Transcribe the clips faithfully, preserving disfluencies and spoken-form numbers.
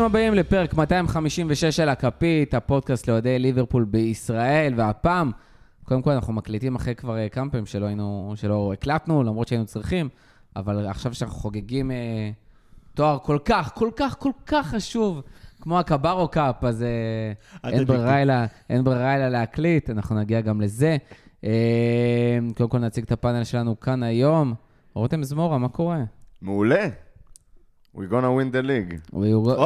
ברוכים הבאים לפרק מאתיים חמישים ושש של הכפית, הפודקאסט לאוהדי ליברפול בישראל, והפעם, קודם כל אנחנו מקליטים אחרי כבר כמה פעמים שלא היינו, שלא הקלטנו, למרות שהיינו צריכים, אבל עכשיו שאנחנו חוגגים אה, תואר כל כך, כל כך, כל כך חשוב, כמו הקבארו קאפ, אז אה, אין ברירה אלא, אין ברירה אלא להקליט, אנחנו נגיע גם לזה. אה, קודם כל נציג את הפאנל שלנו כאן היום. רותם זמורה, מה קורה? מעולה. We're gonna win the league. We Oh!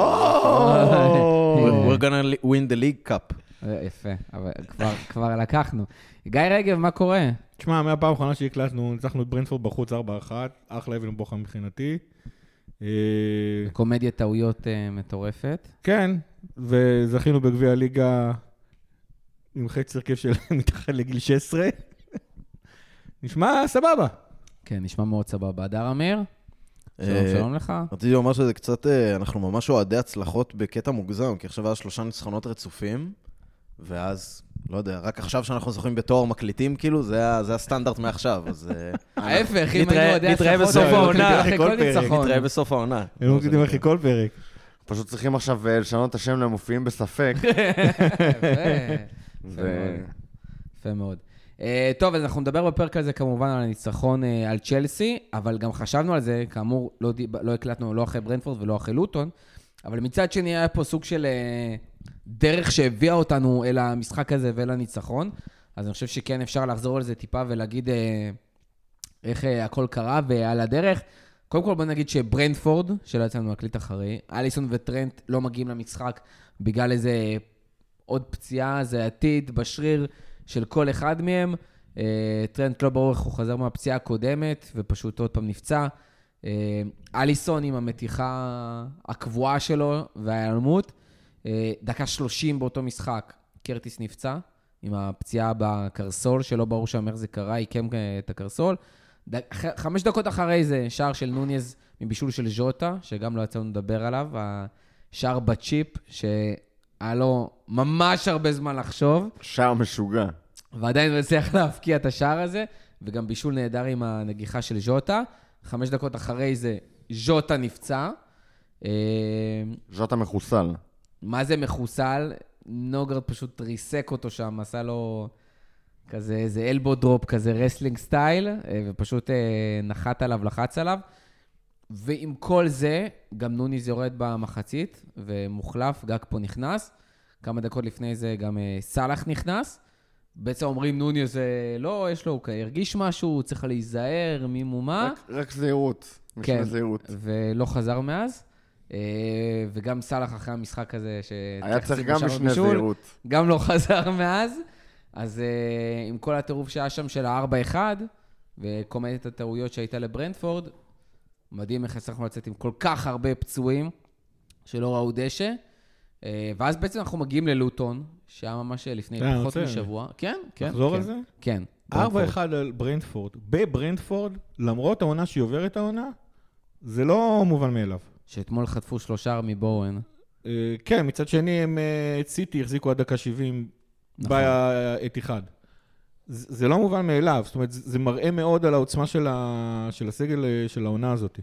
We're gonna win the league cup. יפה, אבל כבר, כבר לקחנו. גיא רגב, מה קורה? תשמע, מהפעם האחרונה שהקלטנו, ניצחנו את ברנטפורד בחוץ ארבע אחת, אחלה אבן בוחר מבחינתי. קומדיה טעויות מטורפת. כן, וזכינו בגביע הליגה עם חצי הרכב של מתחת לגיל שש עשרה. נשמע סבבה. כן, נשמע מאוד סבבה. הדר אמיר? שלום, שלום לך. רציתי לומר שזה קצת, אנחנו ממש אוהדי הצלחות בקטע מוגזם, כי עכשיו היה שלושה ניצחונות רצופים, ואז, לא יודע, רק עכשיו שאנחנו זוכים בתואר מקליטים, כאילו, זה הסטנדרט מעכשיו, אז... ההפך, אם היינו אוהדי הצלחות, נתראה בסוף העונה. נתראה בסוף העונה. היינו מקליטים אחרי כל פרק. פשוט צריכים עכשיו לשנות את השם למופיעים בספק. יפה מאוד. טוב, אז אנחנו נדבר בפרק הזה כמובן על הניצחון על צ'לסי, אבל גם חשבנו על זה, כאמור, לא, לא הקלטנו לא אחרי ברנטפורד ולא אחרי לוטון, אבל מצד שני היה פה סוג של דרך שהביאה אותנו אל המשחק הזה ואל הניצחון, אז אני חושב שכן אפשר לחזור על זה טיפה ולהגיד איך הכל קרה ועל הדרך. קודם כל בוא נגיד שברנטפורד, שלא יצאנו להקליט אחרי, אליסון וטרנט לא מגיעים למשחק בגלל איזה עוד פציעה, זה עתיד בשריר, של כל אחד מהם. טרנט לא ברור איך הוא חזר מהפציעה הקודמת, ופשוט עוד פעם נפצע. אליסון עם המתיחה הקבועה שלו וההיעלמות. דקה שלושים באותו משחק, קרטיס נפצע, עם הפציעה בקרסול, שלא ברור שם איך זה קרה, עיקם את הקרסול. חמש דקות אחרי זה, שער של נוניז מבישול של ז'וטה, שגם לא יצאנו לדבר עליו, השער בצ'יפ, ש... היה לו ממש הרבה זמן לחשוב. שער משוגע. ועדיין הוא הצליח להפקיע את השער הזה, וגם בישול נהדר עם הנגיחה של ז'וטה. חמש דקות אחרי זה, ז'וטה נפצע. ז'וטה מחוסל. מה זה מחוסל? נוגרד פשוט ריסק אותו שם, עשה לו כזה איזה אלבו דרופ, כזה רסלינג סטייל, ופשוט נחת עליו, לחץ עליו. ועם כל זה, גם נוניז יורד במחצית, ומוחלף, גג פה נכנס. כמה דקות לפני זה גם סלח נכנס. בעצם אומרים נוניז, לא, יש לו, הוא הרגיש משהו, הוא צריך להיזהר, מי מומה. רק, רק זהירות. כן, זהירות. ולא חזר מאז. וגם סלח אחרי המשחק הזה, היה צריך גם משנה זהירות. גם לא חזר מאז. אז עם כל הטירוף שהיה שם של ה-ארבע אחד, וקומדת הטעויות שהייתה לברנטפורד, מדהים איך הצלחנו לצאת עם כל כך הרבה פצועים שלא ראו דשא, ואז בעצם אנחנו מגיעים ללוטון, שהיה ממש לפני פחות משבוע. כן, כן. נחזור על זה? כן. ארבע אחד על ברנטפורד. בברנטפורד, למרות העונה שהיא עוברת העונה, זה לא מובן מאליו. שאתמול חטפו שלושה מבורן. כן, מצד שני הם את סיטי החזיקו עד דקה שבעים בעת אחד. זה לא מובן מאליו, זאת אומרת, זה מראה מאוד על העוצמה של, ה... של הסגל של העונה הזאת.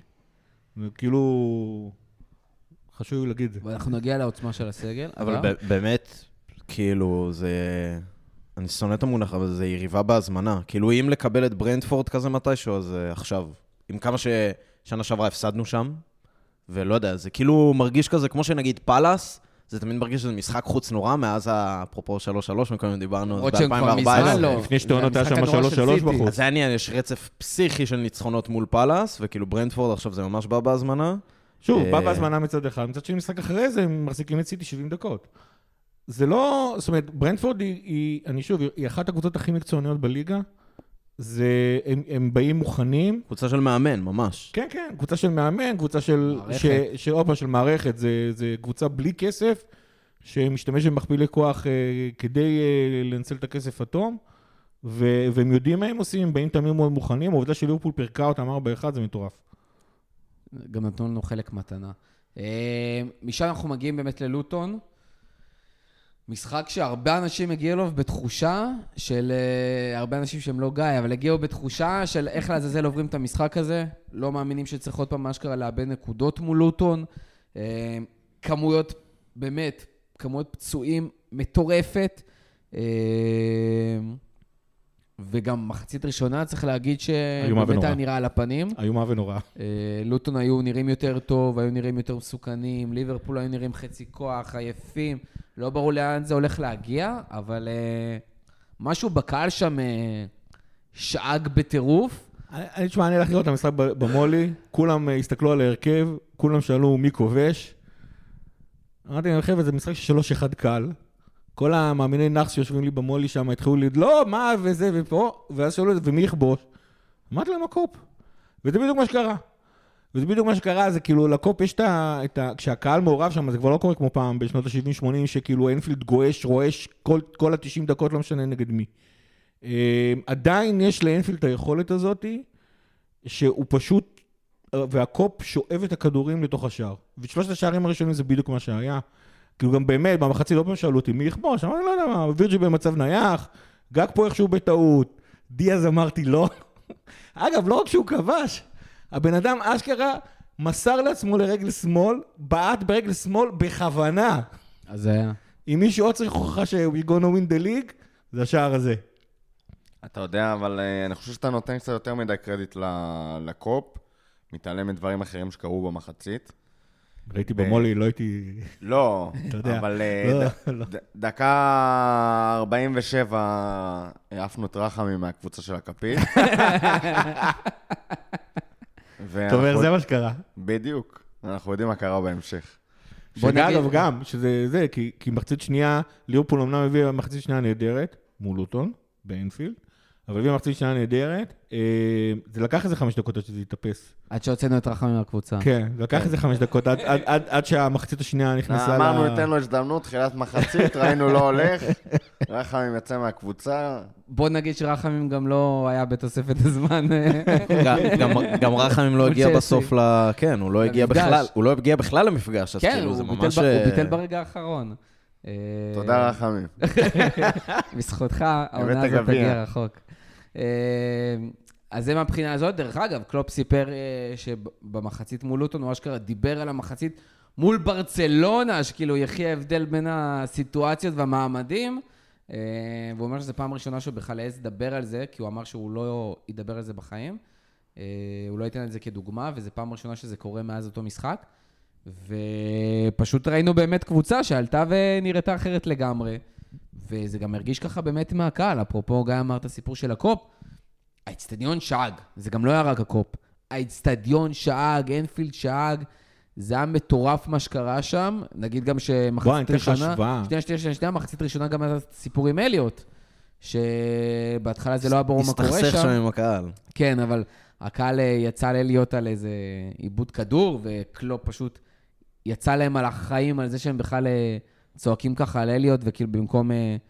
כאילו, חשוב להגיד את זה. ואנחנו נגיע לעוצמה של הסגל. אבל ב- באמת, כאילו, זה... אני שונא את המונח, אבל זה יריבה בהזמנה. כאילו, אם לקבל את ברנטפורד כזה מתישהו, אז עכשיו. עם כמה ששנה שעברה הפסדנו שם, ולא יודע, זה כאילו מרגיש כזה, כמו שנגיד פלאס, זה תמיד מרגיש שזה משחק חוץ נורא, מאז אפרופו שלוש שלוש, מקודם דיברנו, ב-אלפיים וארבע עשרה. לפני שתאונות היה שם שלוש שלוש בחוץ. אז זה עניין, יש רצף פסיכי של ניצחונות מול פלאס, וכאילו ברנטפורד עכשיו זה ממש בא בהזמנה. שוב, בא בהזמנה מצד אחד, מצד שני משחק אחרי זה, הם מחזיקים את סיטי שבעים דקות. זה לא, זאת אומרת, ברנטפורד היא, אני שוב, היא אחת הקבוצות הכי מקצועניות בליגה, זה, הם, הם באים מוכנים. קבוצה של מאמן, ממש. כן, כן, קבוצה של מאמן, קבוצה של, ש, ש, אופה, של מערכת, זה, זה קבוצה בלי כסף, שמשתמש במכפילי כוח אה, כדי אה, לנצל את הכסף אטום, ו, והם יודעים מה הם עושים, הם באים תמיד מאוד מוכנים, העובדה של ליברפול פירקה אותם ארבע אחד, זה מטורף. גם נתנו לנו חלק מתנה. אה, משם אנחנו מגיעים באמת ללוטון, משחק שהרבה אנשים הגיעו לו בתחושה של, uh, הרבה אנשים שהם לא גיא, אבל הגיעו בתחושה של איך לעזאזל עוברים את המשחק הזה, לא מאמינים שצריך עוד פעם מה שקרה לאבד נקודות מול לוטון, uh, כמויות, באמת, כמויות פצועים מטורפת, וגם מחצית ראשונה צריך להגיד שבאמת היה נראה על הפנים. איומה ונורא. לוטון היו נראים יותר טוב, היו נראים יותר מסוכנים, ליברפול היו נראים חצי כוח, עייפים, לא ברור לאן זה הולך להגיע, אבל משהו בקהל שם שאג בטירוף. אני תשמע, אני הלך לראות את המשחק במולי, כולם הסתכלו על ההרכב, כולם שאלו מי כובש. אמרתי, אני חושב, זה משחק ששלוש אחד קל. כל המאמיני נחס שיושבים לי במולי שם, התחילו לי, לא, מה, וזה, ופה, ואז שאלו את זה, ומי יכבוש? אמרתי להם, הקופ. וזה בדיוק מה שקרה. וזה בדיוק מה שקרה, זה כאילו, לקופ יש את ה... כשהקהל מעורב שם, זה כבר לא קורה כמו פעם, בשנות ה-שבעים שמונים, שכאילו אינפילד גואש, רועש, כל, כל ה-תשעים דקות לא משנה נגד מי. עדיין יש לאינפילד את היכולת הזאת, שהוא פשוט, והקופ שואב את הכדורים לתוך השער. ושלושת השערים הראשונים זה בדיוק מה שהיה. כאילו גם באמת, במחצית לא פעם שאלו אותי, מי יכבוש? אמרתי, לא יודע מה, וירג'י במצב נייח, גג פה איכשהו בטעות, דיאז אמרתי לא. אגב, לא רק שהוא כבש, הבן אדם אשכרה מסר לעצמו לרגל שמאל, בעט ברגל שמאל בכוונה. אז זה היה. אם מישהו עוד צריך הוכחה שהוא gonna win the league, זה השער הזה. אתה יודע, אבל אני חושב שאתה נותן קצת יותר מדי קרדיט לקופ, מתעלם מדברים אחרים שקרו במחצית. ראיתי במולי, לא הייתי... לא, אבל דקה ארבעים ושבע העפנו את רחמי מהקבוצה של הכפית. אתה אומר, זה מה שקרה. בדיוק, אנחנו יודעים מה קרה בהמשך. שאגב גם, שזה זה, כי מחצית שנייה, ליברפול אמנם הביא מחצית שנייה נהדרת, מול לוטון, באנפילד, אבל הביא מחצית שנייה נהדרת, זה לקח איזה חמש דקות עד שזה יתאפס. עד שהוצאנו את רחמי מהקבוצה. כן, לקח איזה חמש דקות, עד שהמחצית השנייה נכנסה... אמרנו, ניתן לו הזדמנות, תחילת מחצית, ראינו לא הולך, רחמים יצא מהקבוצה. בוא נגיד שרחמים גם לא היה בתוספת הזמן. גם רחמים לא הגיע בסוף ל... כן, הוא לא הגיע בכלל, הוא לא הגיע בכלל למפגש, אז כאילו זה ממש... הוא ביטל ברגע האחרון. תודה רחמים. בזכותך, העונה הזאת תגיע רחוק. אז זה מהבחינה הזאת. דרך אגב, קלופ סיפר שבמחצית מול לוטון, הוא אשכרה דיבר על המחצית מול ברצלונה, שכאילו יחי ההבדל בין הסיטואציות והמעמדים, והוא אומר שזו פעם ראשונה שהוא בכלל העז לדבר על זה, כי הוא אמר שהוא לא ידבר על זה בחיים, הוא לא ייתן את זה כדוגמה, וזו פעם ראשונה שזה קורה מאז אותו משחק, ופשוט ראינו באמת קבוצה שעלתה ונראתה אחרת לגמרי, וזה גם הרגיש ככה באמת מהקהל, אפרופו גיא אמר את הסיפור של הקופ, האצטדיון שאג, זה גם לא היה רק הקופ, האצטדיון שאג, אנפילד שאג, זה היה מטורף מה שקרה שם, נגיד גם שמחצית ראשונה, שנייה, שנייה, שנייה, שנייה, מחצית ראשונה גם היה סיפור עם אליוט, שבהתחלה זה לא היה ברור מה קורה שם. הסתכסך שם עם הקהל. כן, אבל הקהל יצא לאליוט על איזה עיבוד כדור, וקלופ פשוט יצא להם על החיים, על זה שהם בכלל צועקים ככה על אליוט, וכאילו במקום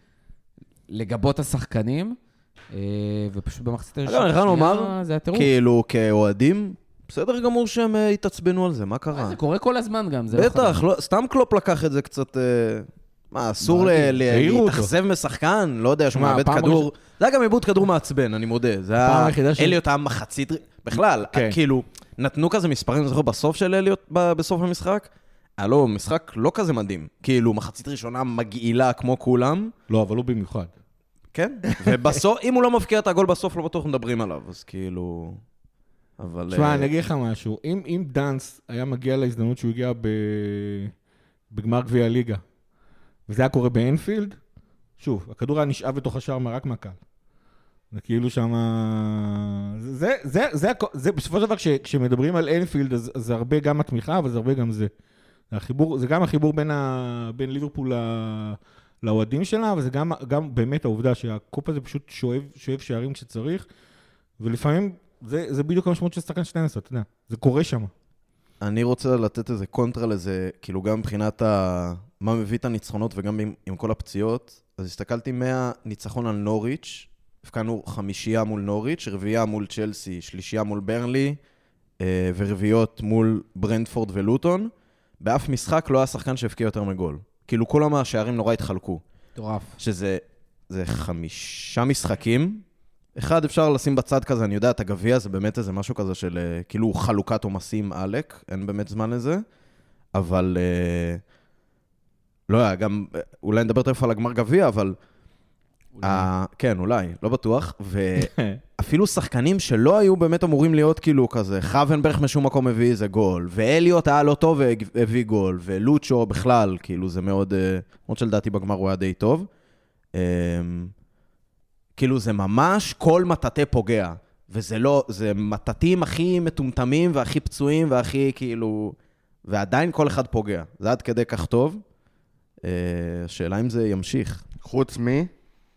לגבות השחקנים, ופשוט במחצית הראשונה, זה הטירוף. כאילו כאוהדים, בסדר גמור שהם התעצבנו על זה, מה קרה? זה קורה כל הזמן גם. בטח, סתם קלופ לקח את זה קצת... מה, אסור להתאכזב משחקן? לא יודע, שהוא מאבד כדור. זה היה גם איבוד כדור מעצבן, אני מודה. זה היה אליוט היה מחצית... בכלל, כאילו, נתנו כזה מספרים, אני זוכר, בסוף של אליוט, בסוף המשחק, היה לו משחק לא כזה מדהים. כאילו, מחצית ראשונה מגעילה כמו כולם. לא, אבל הוא במיוחד. כן, ובסוף, אם הוא לא מבקיע את הגול בסוף, לא בטוח מדברים עליו, אז כאילו... אבל... תשמע, אני אגיד לך משהו. אם, אם דנס היה מגיע להזדמנות שהוא הגיע ב... בגמר גביע הליגה, וזה היה קורה באנפילד, שוב, הכדור היה נשאב בתוך השער רק מהקהל. זה כאילו שמה... זה, זה, זה, זה, בסופו של דבר, כש, כשמדברים על אנפילד, אז, אז זה הרבה גם התמיכה, אבל זה הרבה גם זה. זה, החיבור, זה גם החיבור בין, ה, בין ליברפול ל... לאוהדים שלה, וזה גם, גם באמת העובדה שהקופ הזה פשוט שואב, שואב שערים כשצריך, ולפעמים זה, זה בדיוק המשמעות של שחקן שתיים עשרה, אתה יודע, זה קורה שם. אני רוצה לתת איזה קונטרה לזה, כאילו גם מבחינת ה... מה מביא את הניצחונות וגם עם, עם כל הפציעות, אז הסתכלתי מהניצחון על נוריץ', הפקענו חמישייה מול נוריץ', רביעייה מול צ'לסי, שלישייה מול ברנלי, אה, ורביעיות מול ברנדפורד ולוטון, באף משחק לא היה שחקן שהפקיע יותר מגול. כאילו כל השערים נורא התחלקו. טורף. שזה זה חמישה משחקים. אחד אפשר לשים בצד כזה, אני יודע, את הגביע זה באמת איזה משהו כזה של כאילו חלוקת עומסים עלק, אין באמת זמן לזה. אבל... לא, גם... אולי נדבר תכף על הגמר גביע, אבל... כן, אולי, לא בטוח. ואפילו שחקנים שלא היו באמת אמורים להיות כאילו כזה, חוונברג משום מקום הביא איזה גול, ואליוט היה לא טוב והביא גול, ולוצ'ו בכלל, כאילו זה מאוד... מאוד שלדעתי בגמר הוא היה די טוב. כאילו זה ממש כל מטאטה פוגע. וזה לא, זה מטאטים הכי מטומטמים והכי פצועים והכי כאילו... ועדיין כל אחד פוגע. זה עד כדי כך טוב. השאלה אם זה ימשיך. חוץ מי?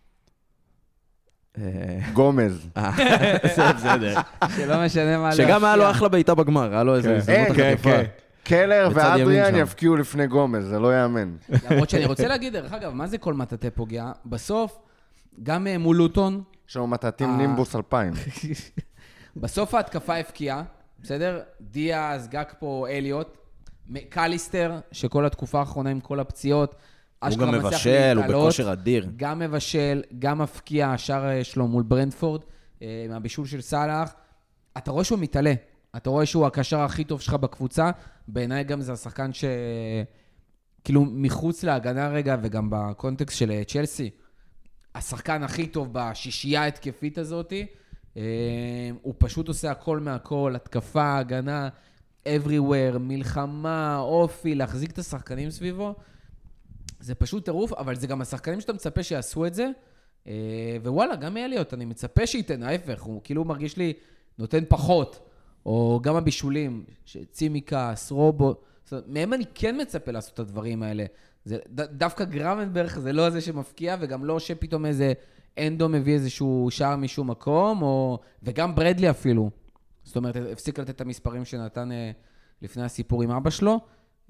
גומז. זה בסדר. שלא משנה מה... שגם היה לו אחלה בעיטה בגמר, היה לו איזה הזדמנות החטיפה. קלר ואדריאן יפקיעו לפני גומז, זה לא יאמן. למרות שאני רוצה להגיד, דרך אגב, מה זה כל מטאטה פוגע? בסוף, גם מול לוטון... יש לנו מטאטים נימבוס אלפיים. בסוף ההתקפה הפקיעה, בסדר? דיאז, גקפו, אליוט, קליסטר, שכל התקופה האחרונה עם כל הפציעות, הוא גם מבשל, הוא בכושר אדיר. גם מבשל, גם מפקיע, השאר שלו מול ברנדפורד, מהבישול של סלאח. אתה רואה שהוא מתעלה, אתה רואה שהוא הקשר הכי טוב שלך בקבוצה, בעיניי גם זה השחקן ש... כאילו מחוץ להגנה רגע, וגם בקונטקסט של צ'לסי, השחקן הכי טוב בשישייה התקפית הזאת, הוא פשוט עושה הכל מהכל, התקפה, הגנה, everywhere, מלחמה, אופי, להחזיק את השחקנים סביבו. זה פשוט טירוף, אבל זה גם השחקנים שאתה מצפה שיעשו את זה, ווואלה, גם אליוט, אני מצפה שייתן, ההפך, הוא כאילו מרגיש לי נותן פחות, או גם הבישולים, צימיקס, רובו, מהם אני כן מצפה לעשות את הדברים האלה. זה, דווקא גרמנברג זה לא זה שמפקיע, וגם לא שפתאום איזה אנדו מביא איזשהו שער משום מקום, או, וגם ברדלי אפילו. זאת אומרת, הפסיק לתת את המספרים שנתן לפני הסיפור עם אבא שלו.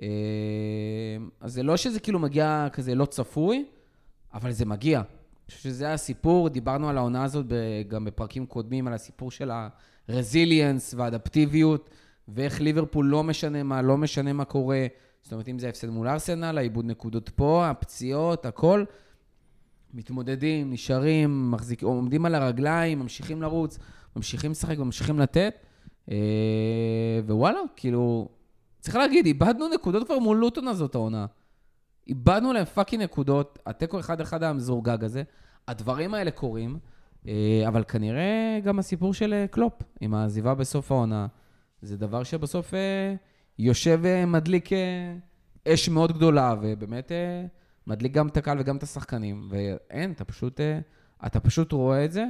אז זה לא שזה כאילו מגיע כזה לא צפוי, אבל זה מגיע. אני חושב שזה הסיפור, דיברנו על העונה הזאת גם בפרקים קודמים, על הסיפור של הרזיליאנס והאדפטיביות, ואיך ליברפול לא משנה מה, לא משנה מה קורה. זאת אומרת, אם זה הפסד מול ארסנל, העיבוד נקודות פה, הפציעות, הכל, מתמודדים, נשארים, מחזיק, עומדים על הרגליים, ממשיכים לרוץ, ממשיכים לשחק, ממשיכים לתת, ווואלה, כאילו, צריך להגיד, איבדנו נקודות כבר מול לוטון הזאת העונה. איבדנו להם פאקי נקודות, התיקו אחד אחד המזורגג הזה, הדברים האלה קורים, אבל כנראה גם הסיפור של קלופ, עם העזיבה בסוף העונה, זה דבר שבסוף יושב מדליק אש מאוד גדולה, ובאמת מדליק גם את הקהל וגם את השחקנים, ואין, אתה פשוט, אתה פשוט רואה את זה.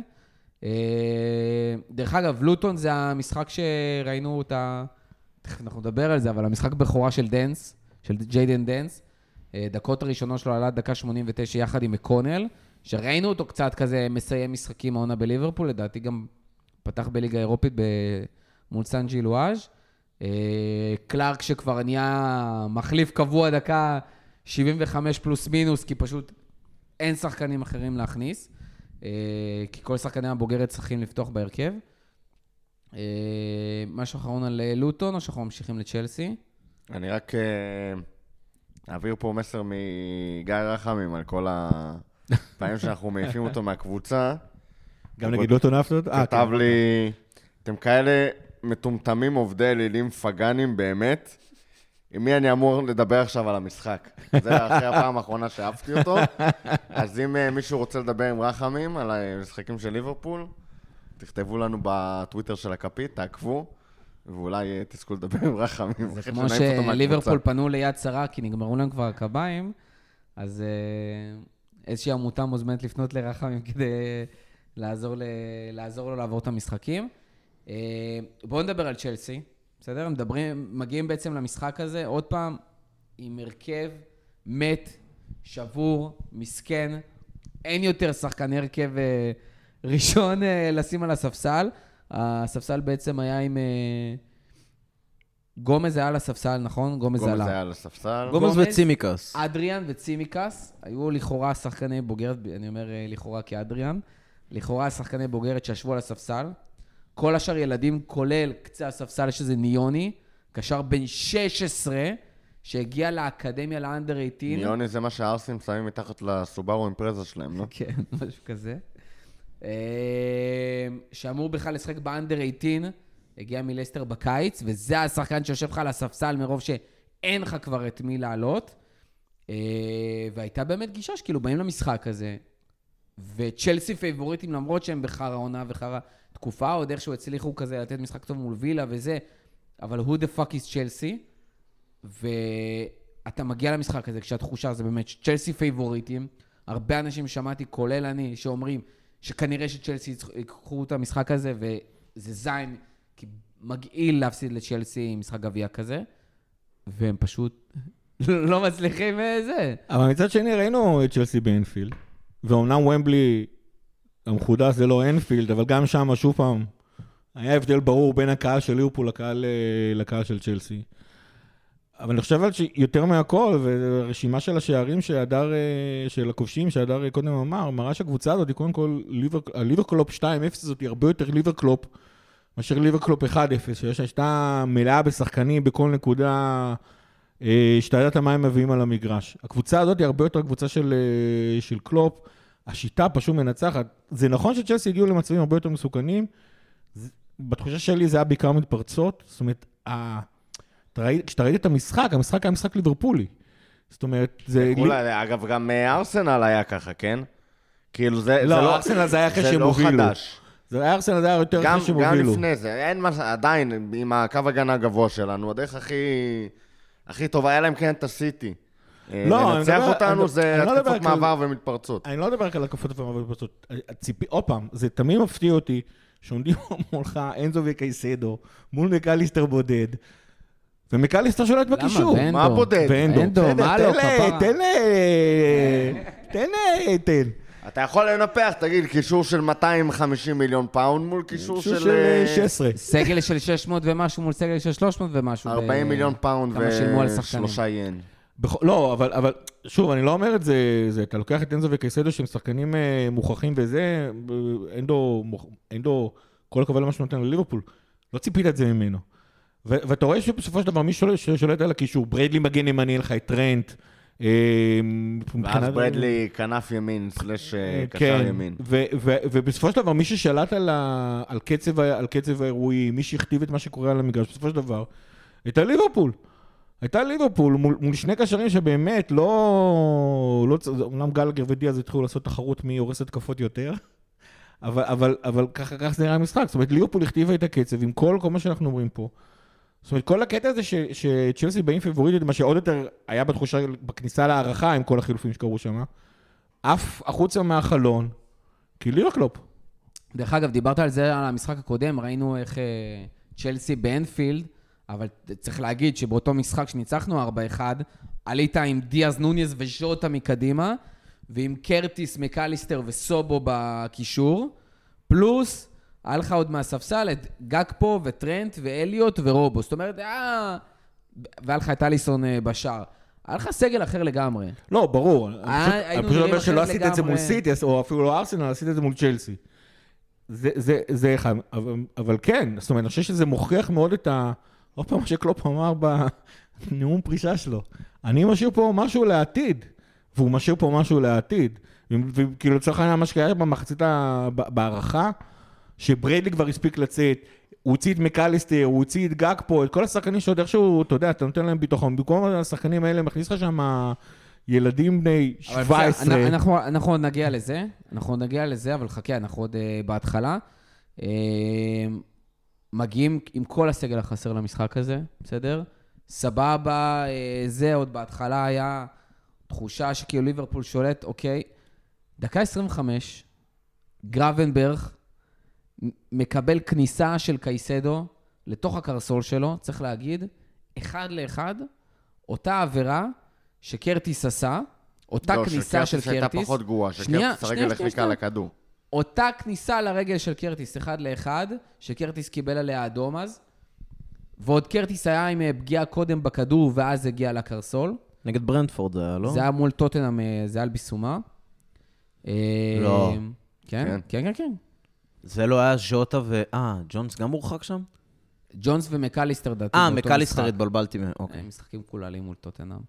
דרך אגב, לוטון זה המשחק שראינו אותה, אנחנו נדבר על זה, אבל המשחק בכורה של דנס, של ג'יידן דנס, דקות הראשונות שלו עלה דקה שמונים ותשע יחד עם מקונל, שראינו אותו קצת כזה מסיים משחקים העונה בליברפול, לדעתי גם פתח בליגה האירופית מול סן ג'ילואז'. קלארק שכבר נהיה מחליף קבוע דקה שבעים וחמש פלוס מינוס, כי פשוט אין שחקנים אחרים להכניס, כי כל שחקני הבוגרת צריכים לפתוח בהרכב. משהו אחרון על לוטון, או שאנחנו ממשיכים לצ'לסי? אני רק אעביר פה מסר מגיא רחמים על כל הפעמים שאנחנו מעיפים אותו מהקבוצה. גם נגיד לוטון אהבת? כתב לי, אתם כאלה מטומטמים עובדי אלילים פגנים באמת, עם מי אני אמור לדבר עכשיו על המשחק? זה אחרי הפעם האחרונה שאהבתי אותו. אז אם מישהו רוצה לדבר עם רחמים על המשחקים של ליברפול, תכתבו לנו בטוויטר של הכפית, תעקבו, ואולי תזכו לדבר עם רחמים. זה כמו שליברפול פנו ליד שרה, כי נגמרו להם כבר הקביים, אז איזושהי עמותה מוזמנת לפנות לרחמים כדי לעזור לו לעבור את המשחקים. בואו נדבר על צ'לסי, בסדר? מדברים, מגיעים בעצם למשחק הזה, עוד פעם, עם הרכב מת, שבור, מסכן, אין יותר שחקן הרכב ראשון לשים על הספסל. הספסל בעצם היה עם... גומז היה על הספסל, נכון? גומז עלה. גומז היה על הספסל. גומז וצימיקס. אדריאן וצימיקס, היו לכאורה שחקני בוגרת, אני אומר לכאורה כאדריאן, לכאורה שחקני בוגרת שישבו על הספסל. כל השאר ילדים, כולל קצה הספסל שזה ניוני, קשר בן שש עשרה, שהגיע לאקדמיה לאנדר שמונה עשרה. ניוני זה מה שהארסים שמים מתחת לסובארו אימפרזה שלהם, לא? כן, משהו כזה. שאמור בכלל לשחק באנדר שמונה עשרה, הגיע מלסטר בקיץ, וזה השחקן שיושב לך על הספסל מרוב אין לך כבר את מי לעלות, והייתה באמת גישה שכאילו באים למשחק הזה, וצ'לסי פייבוריטים, למרות שהם בחר העונה וחר התקופה, עוד איכשהו הצליחו כזה לתת משחק טוב מול וילה וזה, אבל who the fuck is צ'לסי, ואתה מגיע למשחק הזה כשהתחושה זה באמת צ'לסי פייבוריטים, הרבה אנשים שמעתי, כולל אני, שאומרים שכנראה שצ'לסי יקחו את המשחק הזה, וזה זין, כי מגעיל להפסיד לצ'לסי משחק גביע כזה, והם פשוט לא מצליחים זה. אבל מצד שני ראינו את צ'לסי באנפילד, ואומנם ומבלי המחודש זה לא אנפילד, אבל גם שם שוב פעם, היה הבדל ברור בין הקהל של ליברפול לקהל, לקהל של צ'לסי. אבל אני חושב על שיותר מהכל, והרשימה של השערים שהדר, של הכובשים שהדר קודם אמר, מראה שהקבוצה הזאת היא קודם כל, הליברקלופ שתיים אפס הזאת היא הרבה יותר ליברקלופ, מאשר ליברקלופ אחד אפס, שהייתה מלאה בשחקנים בכל נקודה, שאתה יודעת מה הם מביאים על המגרש. הקבוצה הזאת היא הרבה יותר קבוצה של, של קלופ, השיטה פשוט מנצחת. זה נכון שצ'לסי הגיעו למצבים הרבה יותר מסוכנים, בתחושה שלי זה היה בעיקר מתפרצות, זאת אומרת, כשאתה ראית את המשחק, המשחק היה משחק ליברפולי. זאת אומרת, זה... אגב, גם ארסנל היה ככה, כן? כאילו זה... לא, ארסנל זה היה אחרי שהם הובילו. זה לא חדש. זה היה ארסנל, זה היה יותר אחרי שהם הובילו. גם לפני זה, אין מה... עדיין, עם הקו הגנה הגבוה שלנו, הדרך הכי... הכי טוב, היה להם כן את הסיטי. לנצח אותנו זה התקפות מעבר ומתפרצות. אני לא מדבר רק על התקפות מעבר ומתפרצות. עוד פעם, זה תמיד מפתיע אותי, שעומדים מולך אנזו וקייסדו, מול מקליסטר בודד, ומקליסטר שולט בקישור. מה בודד? ואנדו, מה לא? תן לי, תן לי, תן. אתה יכול לנפח, תגיד, קישור של מאתיים וחמישים מיליון פאונד מול קישור של... שש עשרה. סגל של שש מאות ומשהו מול סגל של שלוש מאות ומשהו. ארבעים מיליון פאונד ושלושה ין. לא, אבל שוב, אני לא אומר את זה, אתה לוקח את אנזו וקייסדו שהם שחקנים מוכחים וזה, אנדו, כל הכבוד למה שנותן לליברפול, לא ציפית את זה ממנו. ואתה רואה שבסופו של דבר מי שולט על הקישור, בריידלי מגן ימני לך את טרנט, ואז ברדלי כנף ימין, סלש קשר ימין. ובסופו של דבר, מי ששלט על קצב האירועים, מי שהכתיב את מה שקורה על המגרש, בסופו של דבר, הייתה ליברפול. הייתה ליברפול מול שני קשרים שבאמת לא... אומנם גלגר ודיאז התחילו לעשות תחרות מי הורס התקפות יותר, אבל ככה זה נראה המשחק. זאת אומרת, ליברפול הכתיבה את הקצב עם כל מה שאנחנו אומרים פה. זאת אומרת, כל הקטע הזה שצ'לסי באים פיבוריטית, מה שעוד יותר היה בתחושה בכניסה להערכה עם כל החילופים שקרו שם, אף החוצה מהחלון, כי ליברקלופ. דרך אגב, דיברת על זה על המשחק הקודם, ראינו איך צ'לסי באנפילד, אבל צריך להגיד שבאותו משחק שניצחנו ארבע אחד, עלית עם דיאז נוניז וז'וטה מקדימה, ועם קרטיס, מקליסטר וסובו בקישור, פלוס... היה לך עוד מהספסל את גאקפו וטרנט ואליוט ורובו. זאת אומרת, אה... והיה לך את אליסון בשער. היה לך סגל אחר לגמרי. לא, ברור. אני פשוט אומר שלא עשית את זה מול סיטי, או אפילו לא ארסנל, עשית את זה מול צ'לסי. זה אחד. אבל כן, זאת אומרת, אני חושב שזה מוכיח מאוד את ה... עוד פעם מה שקלופ אמר בנאום פרישה שלו. אני משאיר פה משהו לעתיד, והוא משאיר פה משהו לעתיד. וכאילו צריך היה מה שקרה במחצית בהערכה, שבריידלי כבר הספיק לצאת, הוא הוציא את מקליסטר, הוא הוציא את גאק פה, את כל השחקנים שעוד איכשהו, אתה יודע, אתה נותן להם ביטחון, במקום השחקנים האלה, מכניס לך שם ילדים בני שבע עשרה. אנחנו, אנחנו עוד נגיע לזה, אנחנו עוד נגיע לזה, אבל חכה, אנחנו עוד uh, בהתחלה. Uh, מגיעים עם כל הסגל החסר למשחק הזה, בסדר? סבבה, uh, זה עוד בהתחלה היה תחושה שכאילו ליברפול שולט, אוקיי. דקה עשרים וחמש, גרבנברג, מקבל כניסה של קייסדו לתוך הקרסול שלו, צריך להגיד, אחד לאחד, אותה עבירה שקרטיס עשה, אותה לא, כניסה של קרטיס. לא, שקרטיס הייתה פחות גרועה, שקרטיס הרגל החליקה לכדור. אותה כניסה לרגל של קרטיס, אחד לאחד, שקרטיס קיבל עליה אדום אז, ועוד קרטיס היה עם פגיעה קודם בכדור, ואז הגיע לקרסול. נגד ברנטפורד זה היה, לא? זה היה מול טוטנהאם, זה היה על ביסומה. לא. כן, כן, כן, כן. זה לא היה ז'וטה ו... אה, ג'ונס גם מורחק שם? ג'ונס ומקליסטר דעתי. אה, מקליסטר התבלבלתי. אוקיי. משחקים כוללים מול טוטנהאם.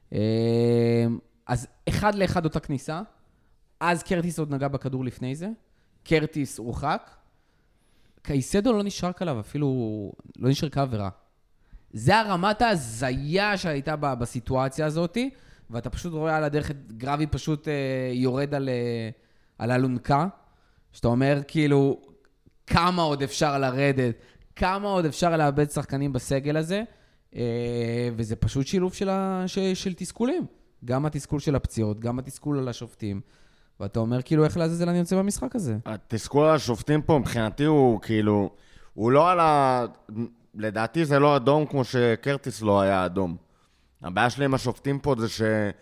אז אחד לאחד אותה כניסה, אז קרטיס עוד נגע בכדור לפני זה, קרטיס הורחק, קייסדו לא נשרק עליו, אפילו לא נשרקה עבירה. זה הרמת ההזיה שהייתה בסיטואציה הזאת, ואתה פשוט רואה על הדרך את גרבי פשוט יורד על, על אלונקה, שאתה אומר כאילו, כמה עוד אפשר לרדת, כמה עוד אפשר לאבד שחקנים בסגל הזה, וזה פשוט שילוב של, של, של תסכולים. גם התסכול של הפציעות, גם התסכול על השופטים. ואתה אומר, כאילו, איך לעזאזל אני יוצא במשחק הזה? התסכול על השופטים פה, מבחינתי הוא כאילו, הוא לא על ה... לדעתי זה לא אדום כמו שקרטיס לא היה אדום. הבעיה שלי עם השופטים פה זה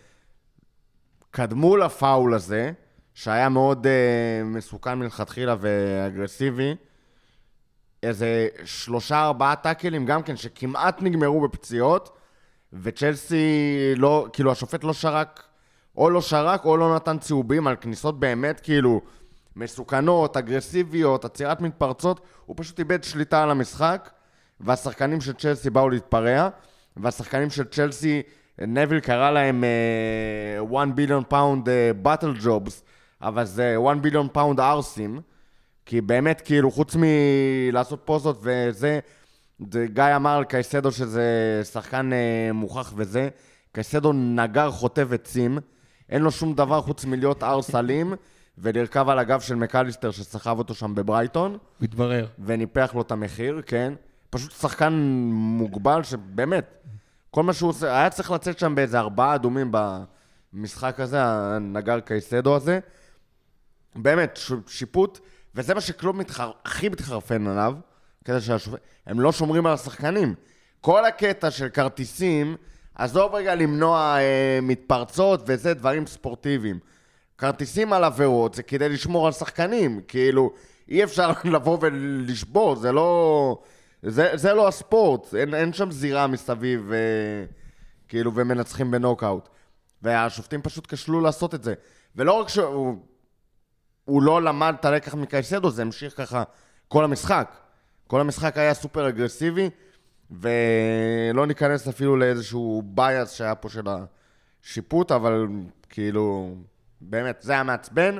שקדמו לפאול הזה, שהיה מאוד uh, מסוכן מלכתחילה ואגרסיבי, איזה שלושה ארבעה טאקלים גם כן, שכמעט נגמרו בפציעות, וצ'לסי לא, כאילו השופט לא שרק, או לא שרק או לא נתן צהובים על כניסות באמת כאילו מסוכנות, אגרסיביות, עצירת מתפרצות, הוא פשוט איבד שליטה על המשחק, והשחקנים של צ'לסי באו להתפרע, והשחקנים של צ'לסי, נביל קרא להם uh, one billion pound uh, battle jobs, אבל זה one billion pound ארסים, כי באמת כאילו חוץ מלעשות פוזות וזה, גיא אמר על קייסדו שזה שחקן uh, מוכח וזה, קייסדו נגר חוטב עצים, אין לו שום דבר חוץ מלהיות ארס אלים, ולרכב על הגב של מקליסטר שסחב אותו שם בברייטון. מתברר. וניפח לו את המחיר, כן. פשוט שחקן מוגבל שבאמת, כל מה שהוא עושה, היה צריך לצאת שם באיזה ארבעה אדומים במשחק הזה, הנגר קייסדו הזה. באמת, שיפוט, וזה מה שקלוב מתחר, הכי מתחרפן עליו, כדי שהשופט, הם לא שומרים על השחקנים. כל הקטע של כרטיסים, עזוב רגע למנוע אה, מתפרצות וזה דברים ספורטיביים. כרטיסים על עבירות זה כדי לשמור על שחקנים, כאילו אי אפשר לבוא ולשבור, זה לא, זה, זה לא הספורט, אין, אין שם זירה מסביב אה, כאילו ומנצחים בנוקאוט. והשופטים פשוט כשלו לעשות את זה. ולא רק שהוא הוא לא למד את הלקח מקייסדו, זה המשיך ככה כל המשחק. כל המשחק היה סופר אגרסיבי, ולא ניכנס אפילו לאיזשהו בייס שהיה פה של השיפוט, אבל כאילו, באמת, זה היה מעצבן.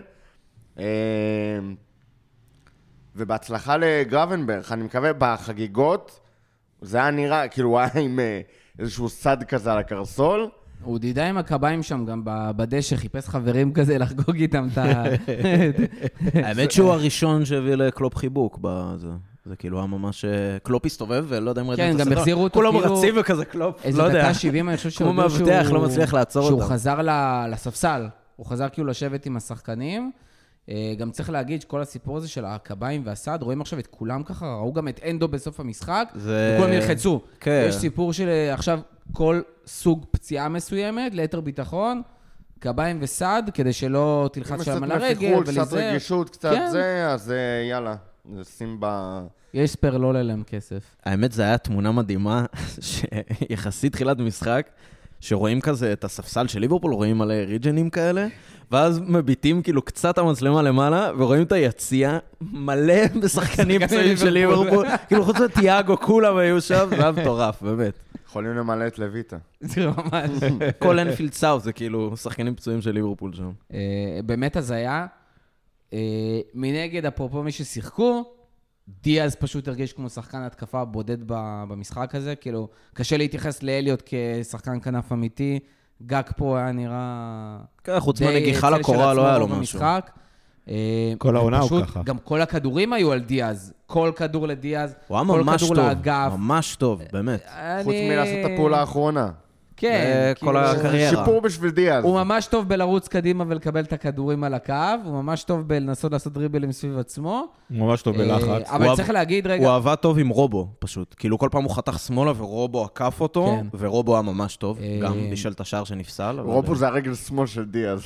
ובהצלחה לגרבנברג, אני מקווה בחגיגות, זה היה נראה, כאילו הוא היה עם איזשהו סד כזה על הקרסול. הוא דידה עם הקביים שם גם בדשא, חיפש חברים כזה לחגוג איתם את ה... האמת שהוא הראשון שהביא לקלופ חיבוק בזה. זה כאילו היה ממש... קלופ הסתובב, ולא יודע אם ראיתם את הסדרה. כן, גם החזירו אותו כאילו... כאילו... כולם רצים וכזה קלופ, איזה דקה שבעים, אני חושב שהוא... כמו מבטח, לא מצליח לעצור אותם. שהוא חזר לספסל. הוא חזר כאילו לשבת עם השחקנים. גם צריך להגיד שכל הסיפור הזה של הקביים והסד, רואים עכשיו את כולם ככה, ראו גם את אנדו בסוף המשחק, וכולם נלחצו. יש סיפור של עכשיו כל סוג פציעה מסוימת, ליתר ביטחון, קביים וסד, כדי שלא תלחץ שם על הרגל, ולזה... קצת רגישות, קצת זה, אז יאללה, נשים ב... יש ספר לא ללם כסף. האמת, זה היה תמונה מדהימה, שיחסית תחילת משחק, שרואים כזה את הספסל של ליברפול, רואים על ריג'נים כאלה, ואז מביטים כאילו קצת המצלמה למעלה, ורואים את היציאה מלא בשחקנים פצועים של ליברפול, כאילו חוץ מתיאגו, כולם היו שם, זה היה מטורף, באמת. יכולים למלא את לויטה. זה ממש. כל אנפילד סאוף זה כאילו שחקנים פצועים של ליברפול שם. באמת אז היה, מנגד אפרופו מי ששיחקו, דיאז פשוט הרגיש כמו שחקן התקפה בודד במשחק הזה, כאילו קשה להתייחס לאליוט כשחקן כנף אמיתי, גג פה היה נראה... כן, חוץ מהנגיחה לקורה לא היה לו משהו. כל העונה הוא ככה. גם כל הכדורים היו על דיאז, כל כדור לדיאז, הוא היה ממש טוב, ממש טוב, באמת. חוץ מלעשות את הפעולה האחרונה. כן, כל הקריירה. שיפור בשביל דיאז. הוא ממש טוב בלרוץ קדימה ולקבל את הכדורים על הקו, הוא ממש טוב בלנסות לעשות דריבלים סביב עצמו. הוא ממש טוב בלחץ. אבל צריך להגיד, רגע... הוא עבד טוב עם רובו, פשוט. כאילו כל פעם הוא חתך שמאלה ורובו עקף אותו, ורובו היה ממש טוב, גם בישל את השער שנפסל. רובו זה הרגל שמאל של דיאז.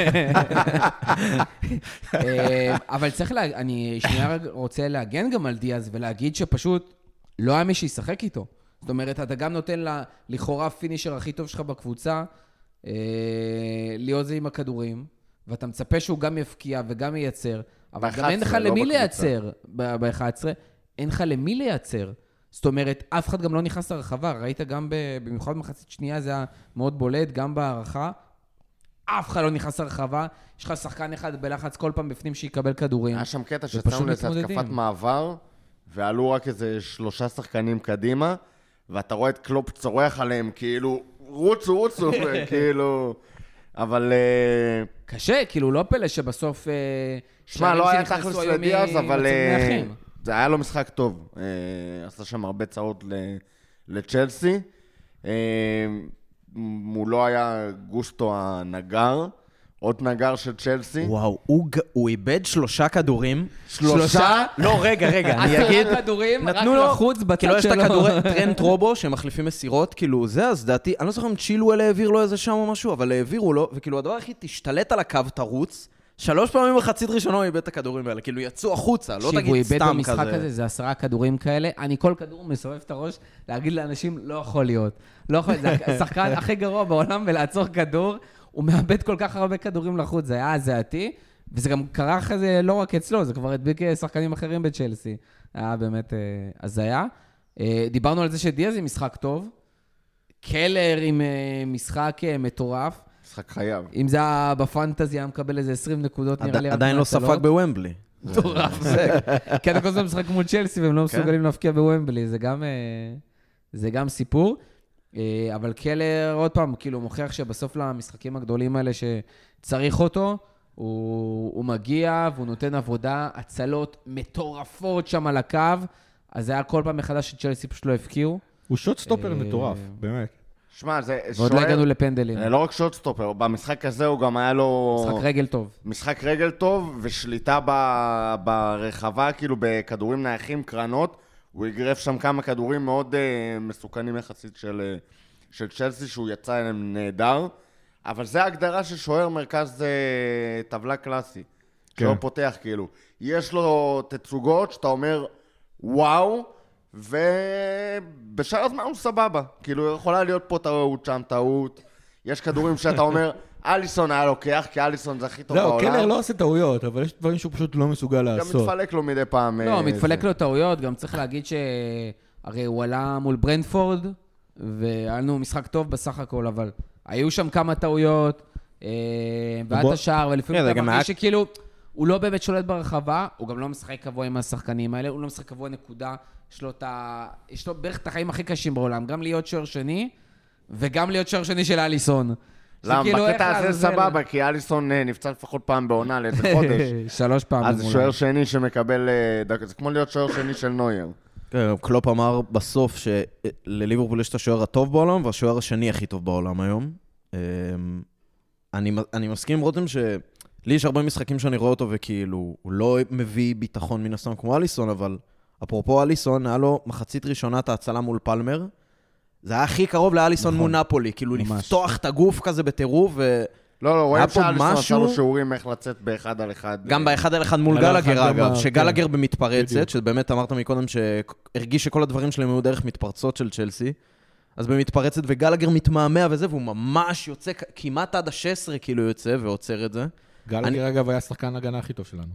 אבל צריך להגיד, אני שנייה רוצה להגן גם על דיאז, ולהגיד שפשוט לא היה מי שישחק איתו. זאת אומרת, אתה גם נותן לה, לכאורה פינישר הכי טוב שלך בקבוצה, אה, להיות זה עם הכדורים, ואתה מצפה שהוא גם יפקיע וגם ייצר, אבל גם אין לך למי לייצר ב-אחת עשרה, אין לך למי לייצר. זאת אומרת, אף אחד גם לא נכנס לרחבה, ראית גם במיוחד במחצית שנייה, זה היה מאוד בולט, גם בהערכה, אף אחד לא נכנס לרחבה, יש לך שחקן אחד בלחץ כל פעם בפנים שיקבל כדורים. היה שם קטע שצאנו לזה התקפת מעבר, ועלו רק איזה שלושה שחקנים קדימה, ואתה רואה את קלופ צורח עליהם, כאילו, רוצו, רוצו, כאילו, אבל... קשה, כאילו, לא פלא שבסוף... שמע, לא היה תכלס לדיאז, אבל זה היה לו משחק טוב. עשה שם הרבה צעות לצ'לסי. מולו היה גוסטו הנגר, עוד נגר של צ'לסי. וואו, הוא איבד שלושה כדורים. שלושה? לא, רגע, רגע, אני אגיד... עשרה כדורים, רק לחוץ בצד שלו. כאילו, יש את הכדורי טרנט רובו, שמחליפים מסירות, כאילו, זה, אז דעתי, אני לא זוכר אם צ'ילואל העביר לו איזה שם או משהו, אבל העבירו לו, וכאילו, הדבר הכי תשתלט על הקו, תרוץ, שלוש פעמים בחצית ראשונה הוא איבד את הכדורים האלה, כאילו, יצאו החוצה, לא תגיד סתם כזה. הוא איבד במשחק הזה, זה עשרה כדורים כאלה, אני כל כדור מסובב את הראש, להגיד לאנשים, לא יכול להיות. לא יכול להיות, זה השחקן הכי גרוע בעולם, ולעצור כדור, הוא מאבד כל כך הרבה כדורים לחוץ, זה היה הזעתי, וזה גם קרה אחרי זה לא רק אצלו, זה כבר הדביק שחקנים אחרים בצ'לסי. היה באמת הזיה. דיברנו על זה שדיאז היא משחק טוב, קלר עם משחק מטורף, משחק חייב. אם זה היה בפנטזי, היה מקבל איזה עשרים נקודות, נראה לי... עדיין לא ספק בוומבלי. מטורף. כי אתה כל זה משחק מול צ'לסי, והם לא מסוגלים להפקיע בוומבלי, זה גם סיפור. אבל קלר, עוד פעם, כאילו, מוכיח שבסוף למשחקים הגדולים האלה שצריך אותו, הוא מגיע והוא נותן עבודה, הצלות מטורפות שם על הקו, אז זה היה כל פעם מחדש שצ'לסי פשוט לא הפקיעו. הוא שוט סטופר מטורף, באמת. שמע, זה... ועוד לא הגענו לפנדלים. לא רק שוט סטופר, במשחק הזה הוא גם היה לו... משחק רגל טוב. משחק רגל טוב, ושליטה ברחבה, כאילו בכדורים נייחים, קרנות. הוא הגרף שם כמה כדורים מאוד מסוכנים יחסית של צ'לסי, שהוא יצא אליהם נהדר. אבל זה ההגדרה של שוער מרכז טבלה קלאסי. שוער פותח, כאילו. יש לו תצוגות שאתה אומר, וואו, ובשאר הזמן הוא סבבה. כאילו, יכולה להיות פה טעות, שם טעות. יש כדורים שאתה אומר, אליסון היה לוקח, כי אליסון זה הכי טוב בעולם. זהו, קלר לא עושה טעויות, אבל יש דברים שהוא פשוט לא מסוגל לעשות. גם מתפלק לו מדי פעם. לא, מתפלק לו טעויות, גם צריך להגיד שהרי הוא עלה מול ברנטפורד, והיה לנו משחק טוב בסך הכל, אבל היו שם כמה טעויות, ועד השער, ולפעמים אתה מרגיש שכאילו, הוא לא באמת שולט ברחבה, הוא גם לא משחק קבוע עם השחקנים האלה, הוא לא משחק קבוע נקודה, יש לו, ה... יש לו בערך את החיים הכי קשים בעולם, גם להיות שוער שני, וגם להיות שוער שני של אליסון. למה? בקטע הזה סבבה, כי אליסון נפצע לפחות פעם בעונה לאיזה חודש. שלוש פעמים. אז זה שוער שני שמקבל, זה כמו להיות שוער שני של נויר. קלופ אמר בסוף שלליברפול יש את השוער הטוב בעולם, והשוער השני הכי טוב בעולם היום. אני מסכים עם רותם ש... לי יש הרבה משחקים שאני רואה אותו, וכאילו, הוא לא מביא ביטחון מן הסתם כמו אליסון, אבל אפרופו אליסון, היה לו מחצית ראשונת ההצלה מול פלמר, זה היה הכי קרוב לאליסון מול נפולי, כאילו לפתוח את הגוף כזה בטירוף, ו... לא, לא, רואים שאליסון עשה לו שיעורים איך לצאת באחד על אחד. גם באחד על אחד מול גלגר, אגב, שגלגר במתפרצת, שבאמת אמרת מקודם שהרגיש שכל הדברים שלהם היו דרך מתפרצות של צ'לסי, אז במתפרצת, וגלגר מתמהמה וזה, והוא ממש יוצא, כמעט עד ה-שש עשרה כאילו יוצא ועוצר את זה. גלגר, אגב, היה השחקן ההגנה הכי טוב שלנו.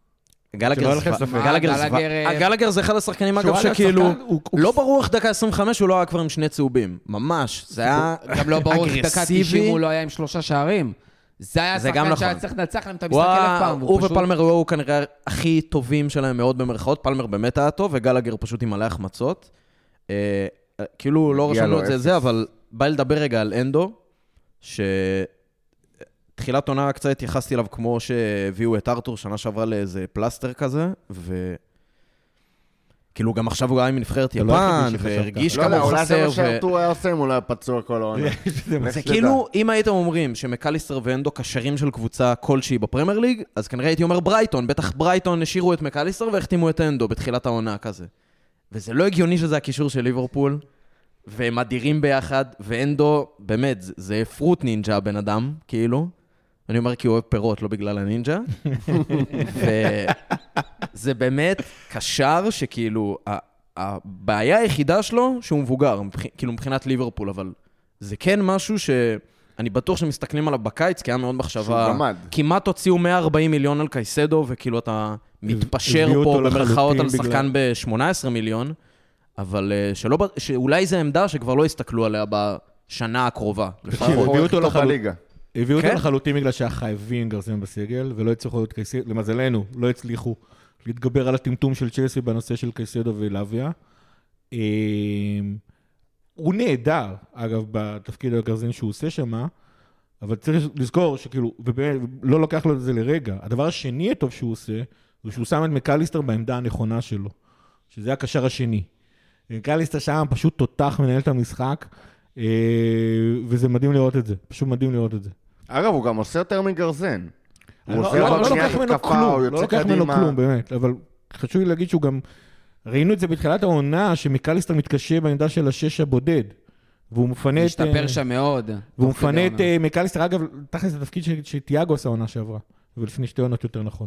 גלגר זה אחד השחקנים, אגב, שכאילו, לא ברור איך דקה עשרים וחמש הוא לא היה כבר עם שני צהובים. ממש, זה היה אגרסיבי. גם לא ברור איך דקה תשעים הוא לא היה עם שלושה שערים. זה היה השחקן שהיה צריך לנצח להם את המשחק אלף פעם. הוא ופלמר היו כנראה הכי טובים שלהם מאוד במרכאות. פלמר באמת היה טוב, וגלגר פשוט עם מלא החמצות. כאילו, לא רשמנו את זה זה, אבל בא לדבר רגע על אנדו, ש... תחילת עונה קצת התייחסתי אליו כמו שהביאו את ארתור שנה שעברה לאיזה פלסטר כזה, וכאילו גם עכשיו הוא היה עם נבחרת יפן, והרגיש כמה הוא חסר. אולי זה מה שארתור היה עושה, הוא לא היה פצוע כל העונה. זה כאילו, אם הייתם אומרים שמקליסטר ואנדו קשרים של קבוצה כלשהי בפרמייר ליג, אז כנראה הייתי אומר ברייטון, בטח ברייטון השאירו את מקליסטר והחתימו את אנדו בתחילת העונה כזה. וזה לא הגיוני שזה הקישור של ליברפול, והם אדירים ביחד, ואנדו, באמת, זה פרוט נינג'ה הבן אדם, כאילו. אני אומר כי הוא אוהב פירות, לא בגלל הנינג'ה. וזה באמת קשר שכאילו, הבעיה היחידה שלו שהוא מבוגר, כאילו מבחינת ליברפול, אבל זה כן משהו שאני בטוח שמסתכלים עליו בקיץ, כי היה מאוד מחשבה, כמעט הוציאו מאה וארבעים מיליון על קייסדו, וכאילו אתה מתפשר פה במרכאות על שחקן ב-שמונה עשרה מיליון, אבל שלא, שאולי זו עמדה שכבר לא הסתכלו עליה בשנה הקרובה. הביאו אותו לחליגה. הביאו אותו לחלוטין בגלל שהיה חייבים גרזים בסגל, ולא הצליחו להיות קייסדו, למזלנו, לא הצליחו להתגבר על הטמטום של צ'לסי בנושא של קייסדו ולאביה. הוא נהדר, אגב, בתפקיד הגרזן שהוא עושה שם, אבל צריך לזכור שכאילו, ובאמת, לא לוקח לו את זה לרגע. הדבר השני הטוב שהוא עושה, הוא שהוא שם את מקליסטר בעמדה הנכונה שלו, שזה הקשר השני. מקליסטר שם פשוט תותח מנהל את המשחק, וזה מדהים לראות את זה, פשוט מדהים לראות את זה. אגב, הוא גם עושה יותר מגרזן. הוא לא, עושה לא, עוד לא שנייה לוקח ממנו התקפה, כלום, הוא לא יוצא לוקח ממנו קדימה. כלום, באמת, אבל חשוב לי להגיד שהוא גם, ראינו את זה בתחילת העונה, שמקליסטר מתקשה בעמדה של השש הבודד, והוא מפנה את... השתפר שם מאוד. והוא מפנה את מקליסטר, אגב, תכלס זה תפקיד שתיאגו עשה העונה שעברה, ולפני שתי עונות יותר נכון.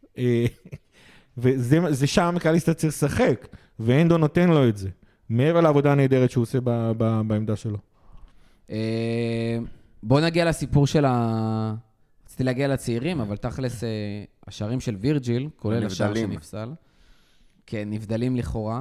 וזה שם מקליסטר צריך לשחק, ואנדו נותן לו את זה, מעבר לעבודה הנהדרת שהוא עושה בעמדה שלו. בוא נגיע לסיפור של ה... רציתי להגיע לצעירים, אבל תכלס השערים של וירג'יל, כולל השער שנפסל. כן, נבדלים לכאורה.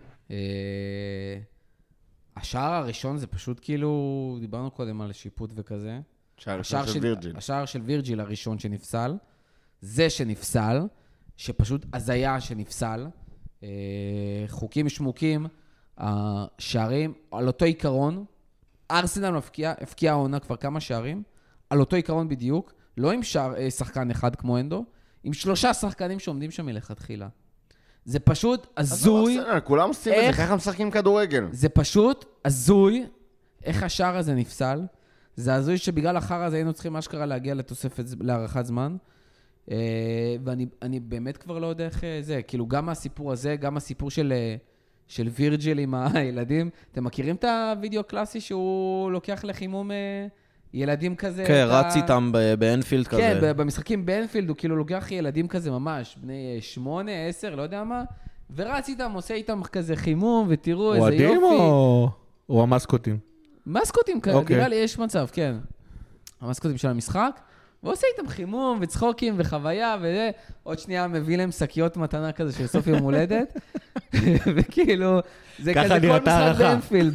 השער הראשון זה פשוט כאילו, דיברנו קודם על שיפוט וכזה. השער של וירג'יל. השער של וירג'יל הראשון שנפסל, זה שנפסל, שפשוט הזיה שנפסל, חוקים שמוקים, השערים, על אותו עיקרון, ארסנל מפקיע, הפקיע העונה כבר כמה שערים, על אותו עיקרון בדיוק, לא עם שער, שחקן אחד כמו אנדו, עם שלושה שחקנים שעומדים שם מלכתחילה. זה פשוט הזוי. כולם עושים את זה, ככה משחקים כדורגל. זה פשוט הזוי, איך השער הזה נפסל. זה הזוי שבגלל החר הזה היינו צריכים אשכרה להגיע לתוספת, להארכת זמן. ואני אני באמת כבר לא יודע איך זה. כאילו גם הסיפור הזה, גם הסיפור של, של וירג'יל עם הילדים. אתם מכירים את הוידאו הקלאסי שהוא לוקח לחימום ילדים כזה? כן, רץ איתם באנפילד כזה. כן, במשחקים באנפילד הוא כאילו לוקח ילדים כזה ממש, בני שמונה, עשר, לא יודע מה, ורץ איתם, עושה איתם כזה חימום, ותראו איזה יופי. אוהדים או... או המסקוטים? מסקוטים כאלה, נראה לי יש מצב, כן. המסקוטים של המשחק, ועושה איתם חימום וצחוקים וחוויה, וזה, עוד שנייה מביא להם שקיות מתנה כזה של סוף יום הולדת, וכאילו, זה כזה כל משחק באנפילד.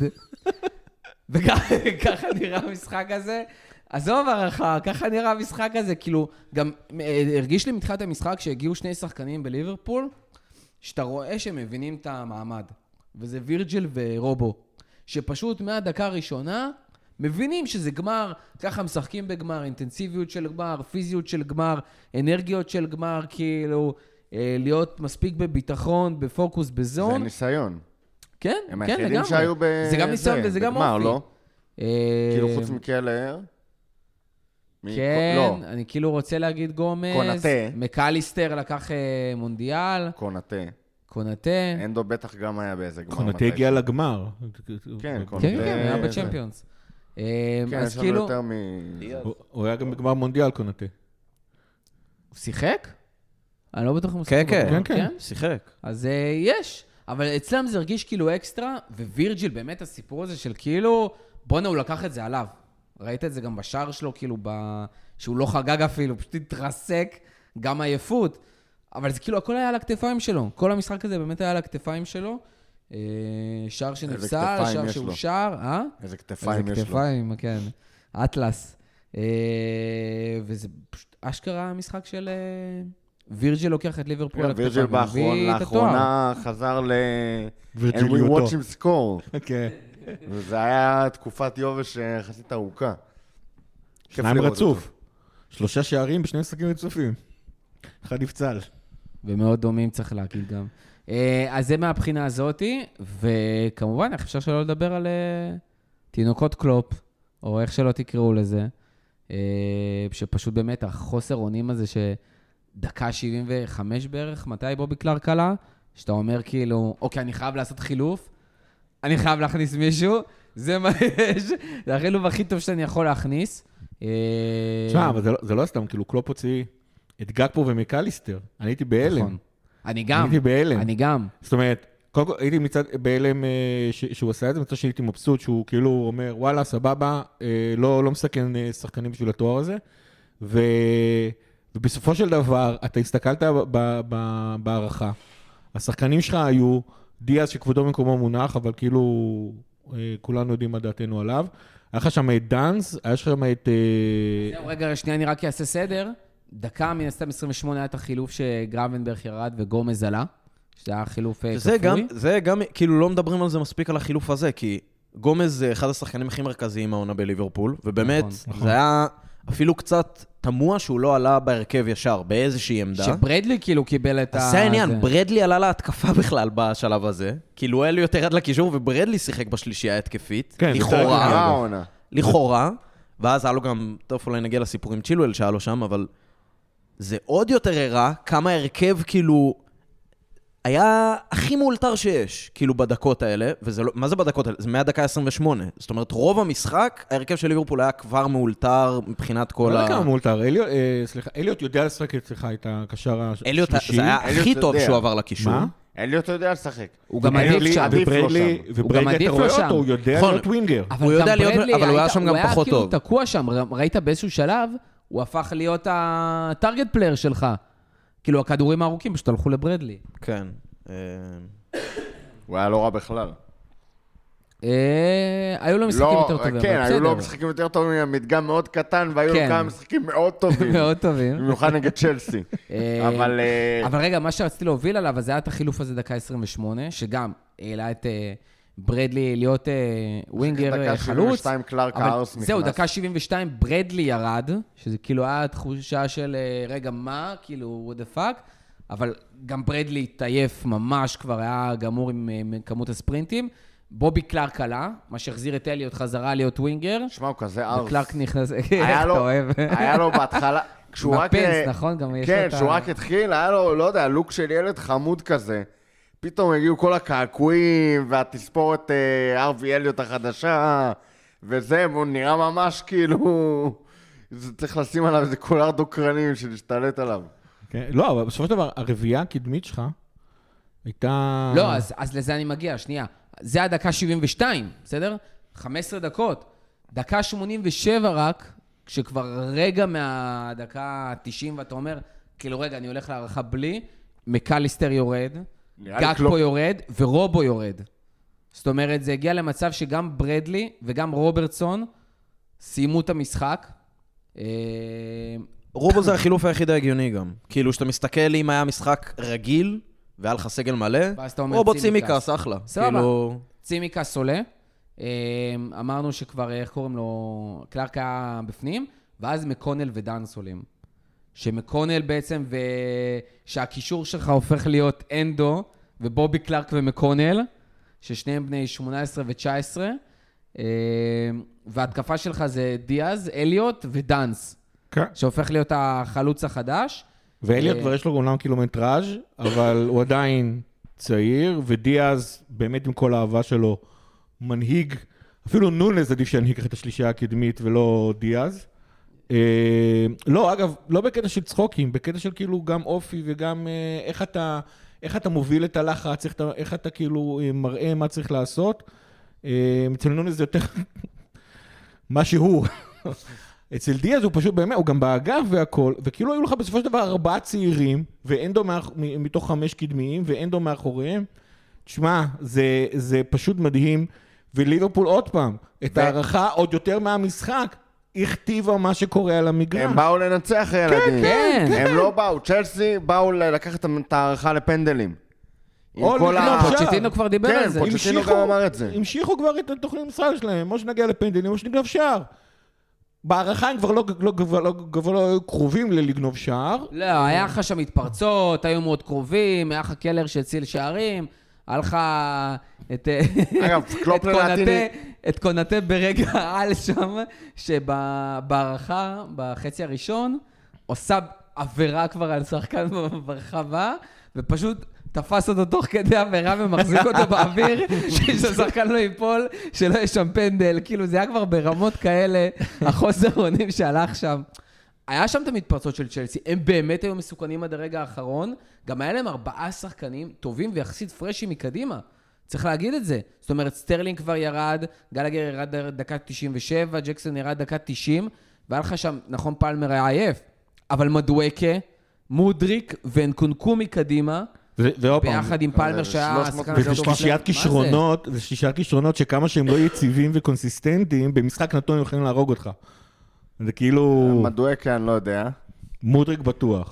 וככה נראה המשחק הזה. עזוב הערכה, ככה נראה המשחק הזה. כאילו, גם הרגיש לי מתחילת המשחק שהגיעו שני שחקנים בליברפול, שאתה רואה שהם מבינים את המעמד. וזה וירג'יל ורובו. שפשוט מהדקה הראשונה, מבינים שזה גמר, ככה משחקים בגמר, אינטנסיביות של גמר, פיזיות של גמר, אנרגיות של גמר, כאילו, להיות מספיק בביטחון, בפוקוס, בזון. זה ניסיון. כן, הם כן, היחידים לגמרי. שהיו ב... זה גם ניסיון וזה גם בגמר, אופי. לא? כאילו חוץ מקלר. כן, לא. אני כאילו רוצה להגיד גומז. קונאטה. מקליסטר לקח מונדיאל. קונאטה. קונאטה. אנדו בטח גם היה באיזה גמר. קונאטה הגיע לגמר. כן, קונאטה. כן, כן, היה בצ'מפיונס. כן, אז יש לנו כאילו... יותר מ... הוא היה גם בגמר מונדיאל, קונאטה. הוא שיחק? אני לא בטוח אם הוא כן, שיחק. כן, כן. שיחק. אז יש. אבל אצלם זה הרגיש כאילו אקסטרה, ווירג'יל באמת הסיפור הזה של כאילו, בונה הוא לקח את זה עליו. ראית את זה גם בשער שלו, כאילו, ב... שהוא לא חגג אפילו, פשוט התרסק, גם עייפות. אבל זה כאילו, הכל היה על הכתפיים שלו. כל המשחק הזה באמת היה על הכתפיים שלו. שער שנפסל, שער שהוא שער, אה? איזה כתפיים יש לו. איזה כתפיים, כן. אטלס. וזה פשוט אשכרה המשחק של... וירג'יל לוקח את ליברפול. וירג'יל לאחרונה חזר ל... And we watch him score. כן. וזה היה תקופת יובש יחסית ארוכה. שניים רצוף. שלושה שערים בשני משחקים רצופים. אחד נפצל. ומאוד דומים צריך להגיד גם. אז זה מהבחינה הזאת, וכמובן, איך אפשר שלא לדבר על תינוקות קלופ, או איך שלא תקראו לזה, שפשוט באמת החוסר אונים הזה שדקה שבעים וחמש בערך, מתי בובי קלארק עלה, שאתה אומר כאילו, אוקיי, אני חייב לעשות חילוף, אני חייב להכניס מישהו, זה מה יש, זה החילוף הכי טוב שאני יכול להכניס. תשמע, אבל זה לא סתם, כאילו קלופ הוציא את גאקפו ומקליסטר, אני הייתי בהלם. אני גם. הייתי בהלם. אני גם. זאת אומרת, קודם כל הייתי מצד בהלם שהוא עשה את זה, מצד שהייתי מבסוט, שהוא כאילו אומר, וואלה, סבבה, לא, לא מסכן שחקנים בשביל התואר הזה, ו... ובסופו של דבר, אתה הסתכלת בהערכה, השחקנים שלך היו דיאז שכבודו במקומו מונח, אבל כאילו כולנו יודעים מה דעתנו עליו. היה לך שם את דאנס, היה שם את... זהו, רגע, שנייה, אני רק אעשה סדר. דקה מן הסתם עשרים ושמונה היה את החילוף שגרבנברג ירד וגומז עלה, שזה היה חילוף כפוי. זה גם, כאילו לא מדברים על זה מספיק על החילוף הזה, כי גומז זה אחד השחקנים הכי מרכזיים מהעונה בליברפול, ובאמת, נכון, זה היה אפילו קצת תמוה שהוא לא עלה בהרכב ישר, באיזושהי עמדה. שברדלי כאילו קיבל את ה... זה העניין, ברדלי עלה להתקפה בכלל בשלב הזה, כאילו אליוט ירד לקישור, וברדלי שיחק בשלישייה התקפית, כן, לכאורה, לכאורה, ואז היה לו גם, טוב אולי נגיע לסיפורים צ'ילואל שהיה לו שם, אבל זה עוד יותר הראה כמה הרכב כאילו היה הכי מאולתר שיש, כאילו בדקות האלה, וזה לא, מה זה בדקות האלה? זה מהדקה עשרים ושמונה. זאת אומרת, רוב המשחק, ההרכב של ליברפול היה כבר מאולתר מבחינת כל לא ה... יודע כמה מאולתר, אליוט, אה, סליחה, אליוט יודע לשחק אצלך את הקשר השלישי. אליוט, זה היה הכי טוב שהוא עבר לקישור. מה? אליוט יודע לשחק. הוא גם עדיף שם. וברדלי, וברדלי, אתה רואה אותו, הוא יודע להיות ווינגר. הוא יודע להיות, אבל הוא היה שם גם פחות טוב. הוא היה כאילו תקוע שם, ראית באיזשהו שלב, הוא הפך להיות הטארגט פלייר שלך. כאילו, הכדורים הארוכים פשוט הלכו לברדלי. כן. הוא היה לא רע בכלל. היו לו משחקים יותר טובים. כן, היו לו משחקים יותר טובים, המדגם מאוד קטן, והיו לו כמה משחקים מאוד טובים. מאוד טובים. במיוחד נגד צ'לסי. אבל... אבל רגע, מה שרציתי להוביל עליו, אז זה היה את החילוף הזה דקה עשרים ושמונה, שגם העלה את ברדלי להיות ווינגר חלוץ. דקה שבעים ושתיים קלארק הארס נכנס. זהו, דקה שבעים ושתיים ברדלי ירד, שזה כאילו היה תחושה של, רגע, מה? כאילו, what the fuck? אבל גם ברדלי התעייף ממש, כבר היה גמור עם, עם כמות הספרינטים. בובי קלארק עלה, מה שהחזיר את אליוט חזרה להיות ווינגר. שמע, הוא כזה ארס. וקלארק נכנס, היה לו, היה לו בהתחלה, כשהוא רק... מפנס, נכון? גם יש כן, את ה... כשהוא רק התחיל, היה לו, לא יודע, לוק של ילד חמוד כזה. פתאום הגיעו כל הקעקועים, והתספורת ארווי אליוט החדשה, וזה, הוא נראה ממש כאילו... צריך לשים עליו איזה קולר דוקרנים שנשתלט עליו. לא, אבל בסופו של דבר, הרביעייה הקדמית שלך הייתה... לא, אז, אז לזה אני מגיע, שנייה. זה הדקה שבעים ושתיים, בסדר? חמש עשרה דקות. דקה שמונים ושבע רק, כשכבר רגע מהדקה תשעים, ואתה אומר, כאילו רגע, אני הולך להערכה בלי, מקליסטר יורד, גאקפו יורד, ורובו יורד. זאת אומרת, זה הגיע למצב שגם ברדלי וגם רוברטסון סיימו את המשחק. רובו זה החילוף היחיד ההגיוני גם. כאילו, שאתה מסתכל אם היה משחק רגיל, והיה לך סגל מלא, רובו צימיקס, אחלה. סבבה. צימיקס עולה. אמרנו שכבר, איך קוראים לו, קלארק היה בפנים, ואז מקונל ודאנס עולים. שמקונל בעצם, ושהקישור שלך הופך להיות אנדו, ובובי קלארק ומקונל, ששניהם בני שמונה עשרה ו-תשע עשרה, וההתקפה שלך זה דיאז, אליוט ודאנס. שהופך להיות החלוץ החדש. ואליוט כבר יש לו אומנם קילומטראז', אבל הוא עדיין צעיר, ודיאז באמת עם כל האהבה שלו מנהיג, אפילו נונז עדיף שינהיג את השלישייה הקדמית ולא דיאז. לא, אגב, לא בקטע של צחוקים, בקטע של כאילו גם אופי וגם איך אתה, איך אתה מוביל את הלחץ, איך אתה כאילו מראה מה צריך לעשות. אצל נונז זה יותר מה שהוא. אצל דיאז הוא פשוט באמת, הוא גם באגף והכל, וכאילו היו לך בסופו של דבר ארבעה צעירים, ואנדו מתוך חמש קדמיים, ואנדו מאחוריהם. תשמע, זה, זה פשוט מדהים, וליברפול עוד פעם, את הערכה עוד יותר מהמשחק, הכתיבה מה שקורה על המגרש. הם באו לנצח ילדים. כן, כן. הם לא באו, צ'לסי באו לקחת את הערכה לפנדלים. או לקנות שער. פוצ'טינו כבר דיבר על זה. כן, פוצ'טינו גם אמר את זה. המשיכו כבר את התוכנית משחק שלהם, או שנגיע לפנדלים, או שנגנוב שער. בערכה הם כבר לא, לא, לא, לא, לא, לא קרובים ללגנוב שער. לא, היה לך שם התפרצות, היו מאוד קרובים, היה לך קלר שהציל שערים, היה לך את, אגב, קלופ לנתיני... את קונטה ברגע על שם, שבערכה, בחצי הראשון, עושה עבירה כבר על שחקן ברחבה, ופשוט... תפס אותו תוך כדי עבירה ומחזיק אותו באוויר, ששחקן לא ייפול, שלא יש שם פנדל, כאילו זה היה כבר ברמות כאלה, החוסר אונים שהלך שם. היה שם את המתפרצות של צ'לסי, הם באמת היו מסוכנים עד הרגע האחרון, גם היה להם ארבעה שחקנים טובים ויחסית פרשים מקדימה, צריך להגיד את זה. זאת אומרת, סטרלינג כבר ירד, גלגר ירד דקה תשעים ושבע, ג'קסון ירד דקה תשעים, והיה לך שם, נכון, פלמר היה עייף, אבל מדואקה, מודריק ואנקונקו מקדימה, ביחד עם פלמר שהיה... וזה שלישיית כישרונות, זה שלישיית כישרונות שכמה שהם לא יציבים וקונסיסטנטיים, במשחק נתון הם יכולים להרוג אותך. זה כאילו... מדואקה, אני לא יודע. מודריק בטוח.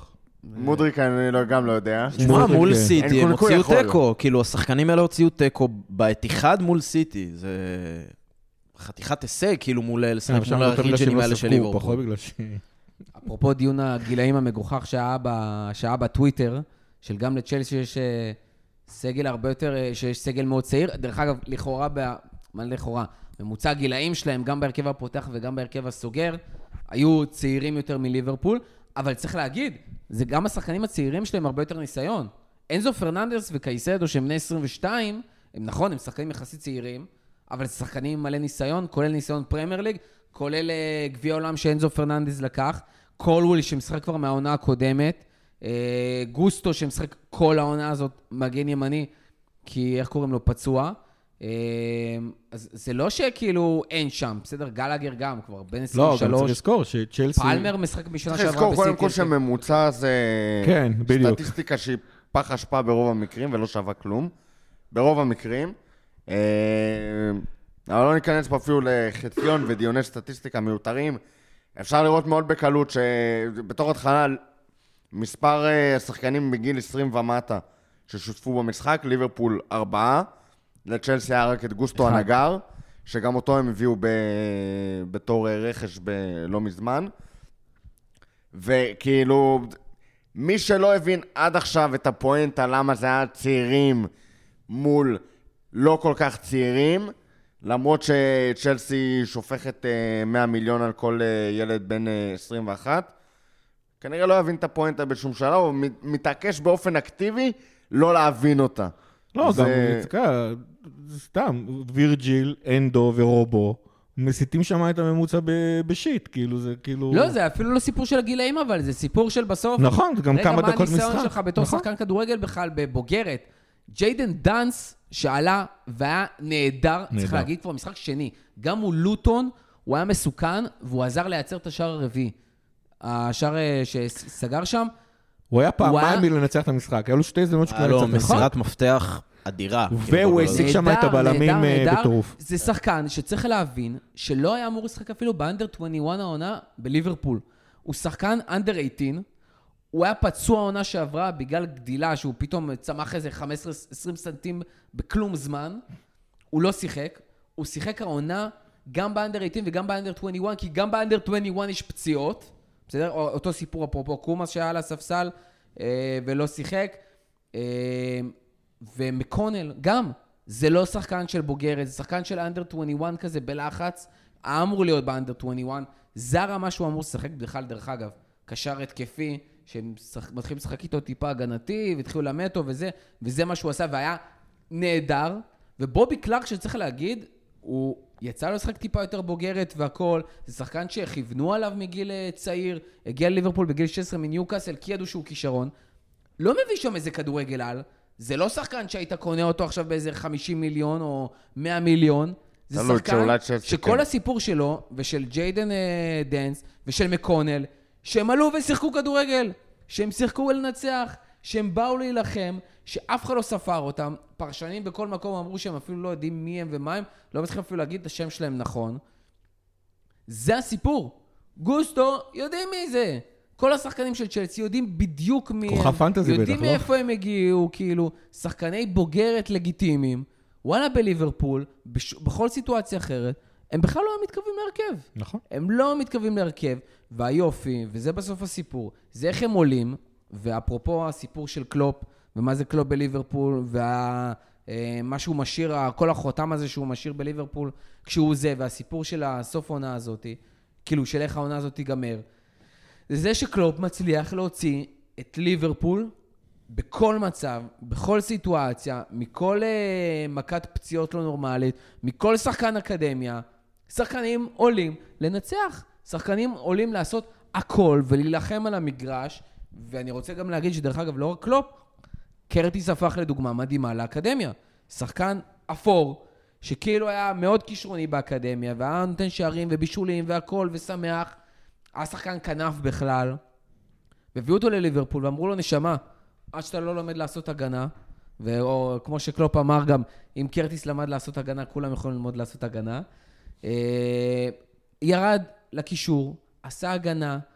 מודריק אני לא- גם לא יודע. תשמע, מודריק, מול כן. סיטי, הם אנקונקו הוציאו יכול. תיקו. כאילו, השחקנים האלה הוציאו תיקו באתיחד מול סיטי. זה חתיכת הישג, כאילו, מול לשחק מול הריג'נים האלה של ליברפול. פחות בגלל ש... אפרופו דיון הגילאים המגוחך שהיה ב- שהיה בטוויטר, של גם לצ'לסי יש אה, סגל הרבה יותר, אה, שיש סגל מאוד צעיר. דרך אגב, לכאורה, ב- מה לכאורה? ממוצע הגילאים שלהם, גם בהרכב הפותח וגם בהרכב הסוגר, היו צעירים יותר מליברפול, אבל צריך להגיד, זה גם השחקנים הצעירים שלהם הרבה יותר ניסיון. אנזו פרננדס וקייסדו, שהם בני עשרים ושתיים, הם נכון, הם שחקנים יחסית צעירים, אבל שחקנים מלא ניסיון, כולל ניסיון פרמייר ליג, כולל אה, גביע עולם שאנזו פרננדס לקח, קולוול שמשחק כבר מהעונה הקודמת, אה, גוסטו שמשחק כל העונה הזאת מגן ימני, כי איך קוראים לו? פצוע. אה, אז זה לא שכאילו אין שם, בסדר? גלגר גם כבר, בין עשרים לא, ושלוש. גם צריך לזכור שצ'לסי... פלמר משחק בשנה צריך שעברה לזכור קודם כל בסיטי. שממוצע זה כן, בדיוק. סטטיסטיקה שהיא פח אשפה ברוב המקרים ולא שווה כלום. ברוב המקרים. אה, אבל לא ניכנס פה אפילו לחציון ודיוני סטטיסטיקה מיותרים. אפשר לראות מאוד בקלות שבתור התחלה מספר אה, שחקנים בגיל עשרים ומטה ששותפו במשחק, ליברפול ארבעה, לצ'לסי היה רק את גוסטו אחד. הנגר, שגם אותו הם הביאו ב... בתור רכש ב... לא מזמן. וכאילו, מי שלא הבין עד עכשיו את הפואנטה למה זה היה צעירים מול לא כל כך צעירים, למרות שצ'לסי שופכת מאה מיליון על כל ילד בן עשרים ואחת, כנראה לא יבין את הפואנטה בשום שלב, הוא מתעקש באופן אקטיבי לא להבין אותה. לא, זה- גם, תקרא, זה סתם, וירג'יל, אנדו ורובו, מסיתים שם את הממוצע ב- בשיט, כאילו זה כאילו... לא, זה אפילו לא סיפור של הגילאים, אבל זה סיפור של בסוף. נכון, זה גם כמה דקות רגע, מה משחק. הניסיון שלך בתור נכון. שחקן כדורגל בכלל בבוגרת? ג'יידן דאנס שעלה והיה נהדר, צריך נהדר. להגיד כבר משחק שני. גם מול לוטון הוא היה מסוכן, והוא עזר לייצר את השער הרביעי. השער אה, שסגר שם, הוא היה הוא היה- פעמיים מלנצח את המשחק, היו לו שתי הזדמנות היה שכבר לו לנצח את המשחק. מסירת מפתח אדירה. והוא כאילו, השיג שם את נהדר, הבלמים, נהדר, אה, נהדר. בטירוף. זה שחקן שצריך להבין שלא היה אמור לשחק אפילו באנדר עשרים ואחת העונה בליברפול. הוא שחקן אנדר שמונה עשרה, הוא היה פצוע העונה שעברה בגלל גדילה, שהוא פתאום צמח איזה חמש עשרה עשרים סנטים בכלום זמן. הוא לא שיחק, הוא שיחק העונה גם באנדר שמונה עשרה וגם באנדר עשרים ואחת, כי גם באנדר עשרים ואחת יש פציעות. בסדר? אותו סיפור אפרופו קומאס שהיה על הספסל אה, ולא שיחק. אה, ומקונל, גם, זה לא שחקן של בוגרת, זה שחקן של אנדר עשרים ואחת כזה בלחץ, אמור להיות באנדר עשרים ואחת, זה הרמה שהוא אמור לשחק בכלל, דרך אגב, קשר התקפי, שמתחילים לשחק איתו טיפה הגנתי, והתחילו ללמד אותו וזה, וזה מה שהוא עשה, והיה נהדר, ובובי קלארק, שצריך להגיד, הוא יצא לו לשחק טיפה יותר בוגרת והכל, זה שחקן שכיוונו עליו מגיל צעיר, הגיע לליברפול בגיל שש עשרה מניוקאסל, כי ידעו שהוא כישרון, לא מביא שם איזה כדורגל על, זה לא שחקן שהיית קונה אותו עכשיו באיזה חמישים מיליון או מאה מיליון, זה תלוי, שחקן שאולי צ'לסי שכל כן. הסיפור שלו ושל ג'יידן אה, דנס ושל מקונל, שהם עלו ושיחקו כדורגל, שהם שיחקו לנצח, שהם באו להילחם, שאף אחד לא ספר אותם, פרשנים בכל מקום אמרו שהם אפילו לא יודעים מי הם ומה הם, לא מצליחים אפילו להגיד את השם שלהם נכון. זה הסיפור. גוסטו, יודעים מי זה. כל השחקנים של צ'לסי יודעים בדיוק מי הם. כוכב פנטזי בטח, יודעים לא? מאיפה הם הגיעו, כאילו, שחקני בוגרת לגיטימיים. וואלה, בליברפול, בש... בכל סיטואציה אחרת, הם בכלל לא מתכוונים להרכב. נכון. הם לא מתכוונים להרכב, והיופי, וזה בסוף הסיפור, זה איך הם עולים, ואפרופו הסיפור של קלופ, ומה זה קלופ בליברפול, ומה שהוא משאיר, כל החותם הזה שהוא משאיר בליברפול, כשהוא זה, והסיפור של הסוף העונה הזאת, כאילו של איך העונה הזאת תיגמר, זה שקלופ מצליח להוציא את ליברפול בכל מצב, בכל סיטואציה, מכל uh, מכת פציעות לא נורמלית, מכל שחקן אקדמיה, שחקנים עולים לנצח, שחקנים עולים לעשות הכל ולהילחם על המגרש, ואני רוצה גם להגיד שדרך אגב לא רק קלופ, קרטיס הפך לדוגמה מדהימה לאקדמיה, שחקן אפור, שכאילו היה מאוד כישרוני באקדמיה, והיה נותן שערים ובישולים והכל ושמח, היה שחקן כנף בכלל, והביאו אותו לליברפול ואמרו לו נשמה, עד שאתה לא לומד לעשות הגנה, או כמו שקלופ אמר גם, אם קרטיס למד לעשות הגנה, כולם יכולים ללמוד לעשות הגנה. ירד לקישור, עשה הגנה,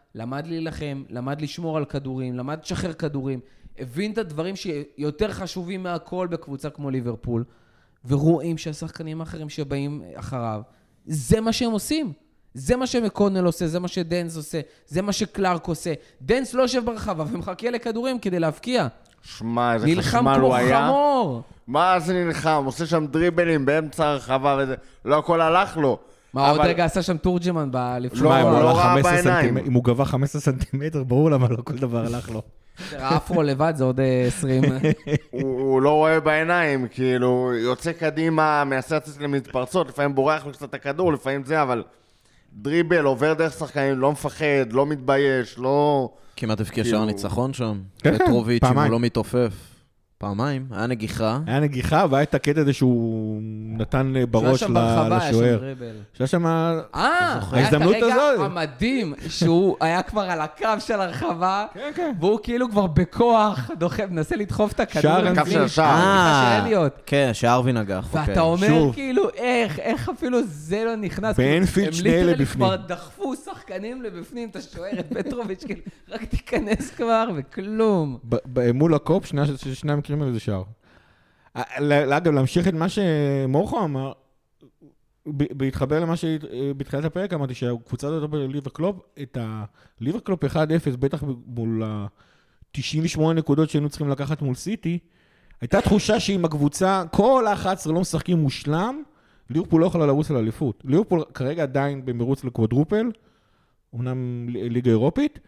למד להילחם, למד לשמור על כדורים, למד לשחרר כדורים, הבין את הדברים שיותר חשובים מהכל בקבוצה כמו ליברפול, ורואים שהשחקנים האחרים שבאים אחריו, זה מה שהם עושים. זה מה שמקונל עושה, זה מה שדנס עושה, זה מה שקלארק עושה. דנס לא יושב ברחבה ומחכה לכדורים כדי להפקיע. שמע, איזה חשמל הוא היה. נלחם כמו חמור. מה זה נלחם? עושה שם דריבלים באמצע הרחבה וזה, לא הכל הלך לו. מה, עוד רגע עשה שם תורג'מן בלפני. לא, הוא לא ראה בעיניים. אם הוא גבה חמישה עשר סנטימטר, ברור למה לא כל דבר הלך לו. האפרו לבד זה עוד עשרים. הוא לא רואה בעיניים, כאילו, יוצא קדימה, מנסה לצאת למתפרצות, לפעמים בורח לו קצת הכדור, לפעמים זה, אבל דריבל, עובר דרך שחקנים, לא מפחד, לא מתבייש, לא... כמעט הפקיע שער ניצחון שם. פטרוביץ' אם הוא לא מתעופף. פעמיים, היה נגיחה. היה נגיחה, והיה את הקטע הזה שהוא נתן בראש לשוער. שהיה שם... אה, היה את הרגע המדהים, שהוא היה כבר על הקו של הרחבה, והוא כאילו כבר בכוח, מנסה לדחוף את הכדור. שער הקו של השער. כן, שארווין נגח. ואתה אומר כאילו, איך, איך אפילו זה לא נכנס. באנפילד שני אלה בפנים. הם ליטרלי כבר דחפו שחקנים לבפנים, אתה שוער את פטרוביץ', כאילו, רק תיכנס כבר וכלום. מול הקופ, שני המקרים האלה זה שער. אגב, להמשיך את מה שמורכו אמר, בהתחבר למה שבתחילת הפרק אמרתי, שהקבוצה הזאת בליברקלופ, את הליברקלופ אחד אפס, בטח מול ה-תשעים ושמונה נקודות שהיינו צריכים לקחת מול סיטי, הייתה תחושה שעם הקבוצה, כל ה-אחת עשרה לא משחקים מושלם, ליברפול לא יכולה לרוץ על האליפות. ליברפול כרגע עדיין במרוץ לקוואדרופל, אומנם ליגה אירופית,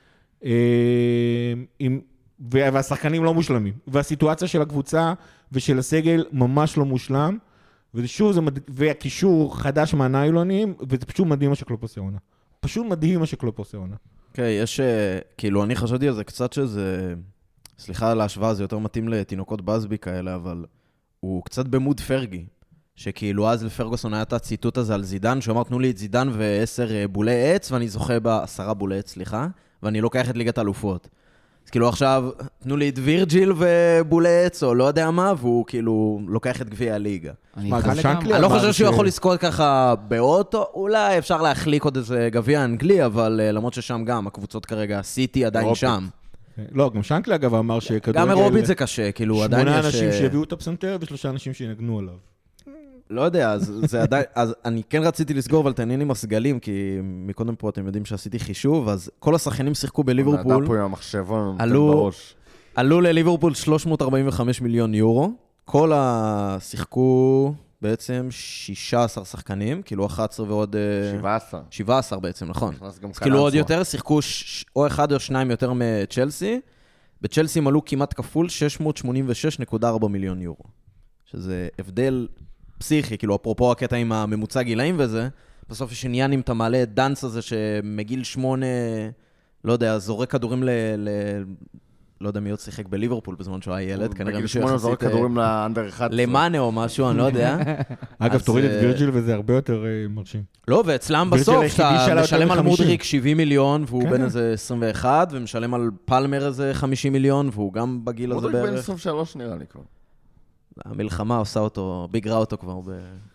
עם והשחקנים לא מושלמים, והסיטואציה של הקבוצה ושל הסגל ממש לא מושלם, ושוב זה מדהים, והקישור חדש מהניילונים, וזה פשוט מדהים מה שקלופ עושה עונה. פשוט מדהים מה שקלופ עושה עונה. כן, יש, כאילו, אני חשבתי על זה קצת שזה, סליחה על ההשוואה, זה יותר מתאים לתינוקות בסבי כאלה, אבל הוא קצת במוד פרגי, שכאילו אז לפרגוסון היה את הציטוט הזה על זידן, שאומר, תנו לי את זידן ועשר בולי עץ, ואני זוכה בעשרה בולי עץ, סליחה, ואני לוקח את ליגת האלופות. אז כאילו עכשיו, תנו לי את וירג'יל ובולי עץ, או לא יודע מה, והוא כאילו לוקח את גביע הליגה. אני לא חושב שהוא יכול לזכות ככה באוטו, אולי אפשר להחליק עוד איזה גביע אנגלי, אבל למרות ששם גם, הקבוצות כרגע, סיטי עדיין שם. לא, גם שנקלי אגב אמר שכדורגל... גם אירובית זה קשה, כאילו עדיין יש... שמונה אנשים שהביאו את הפסנתר ושלושה אנשים שינגנו עליו. לא יודע, אז זה עדיין, אז אני כן רציתי לסגור, אבל תעניין עם הסגלים, כי מקודם פה אתם יודעים שעשיתי חישוב, אז כל השחקנים שיחקו בליברפול. נדע פה עם המחשבון, נותן בראש. עלו לליברפול שלוש מאות ארבעים וחמישה מיליון יורו, כל השיחקו בעצם שישה עשר שחקנים, כאילו אחת עשרה ועוד... שבע עשרה. שבע עשרה בעצם, נכון. אז כאילו עוד יותר, שיחקו או אחד או שניים יותר מצ'לסי, בצ'לסי הם עלו כמעט כפול שש מאות שמונים ושש נקודה ארבע מיליון יורו, שזה הבדל... פסיכי, כאילו, אפרופו הקטע עם הממוצע גילאים וזה, בסוף יש עניין אם אתה מעלה את דנס הזה שמגיל שמונה, לא יודע, זורק כדורים ל... ל... לא יודע מי עוד שיחק בליברפול בזמן שהוא היה ילד, כנראה בגיל שמונה זורק כדורים לאנדר אחד. למאנה או משהו, אני לא יודע. אגב, תוריד את וירג'יל וזה הרבה יותר מרשים. לא, ואצלם בסוף, אתה משלם על מודריק שבעים מיליון, והוא בן איזה עשרים ואחת, ומשלם על פלמר איזה חמישים מיליון, והוא גם בגיל הזה בערך. מודריק בן עשרים ושלוש נראה לי כבר. המלחמה עושה אותו, ביגרה אותו כבר ב...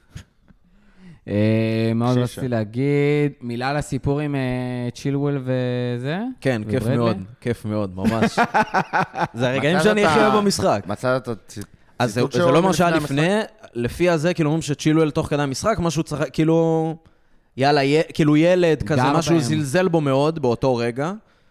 מה עוד רציתי להגיד? מילה לסיפור עם צ'ילוול וזה? כן, כיף מאוד, כיף מאוד, ממש. זה הרגעים שאני הכי אוהב במשחק. מצאת את הציטוט אז זה לא מה שהיה לפני, לפי הזה, כאילו אומרים שצ'ילוול תוך כדי המשחק, משהו צריך, כאילו, יאללה, כאילו ילד כזה, משהו זלזל בו מאוד באותו רגע.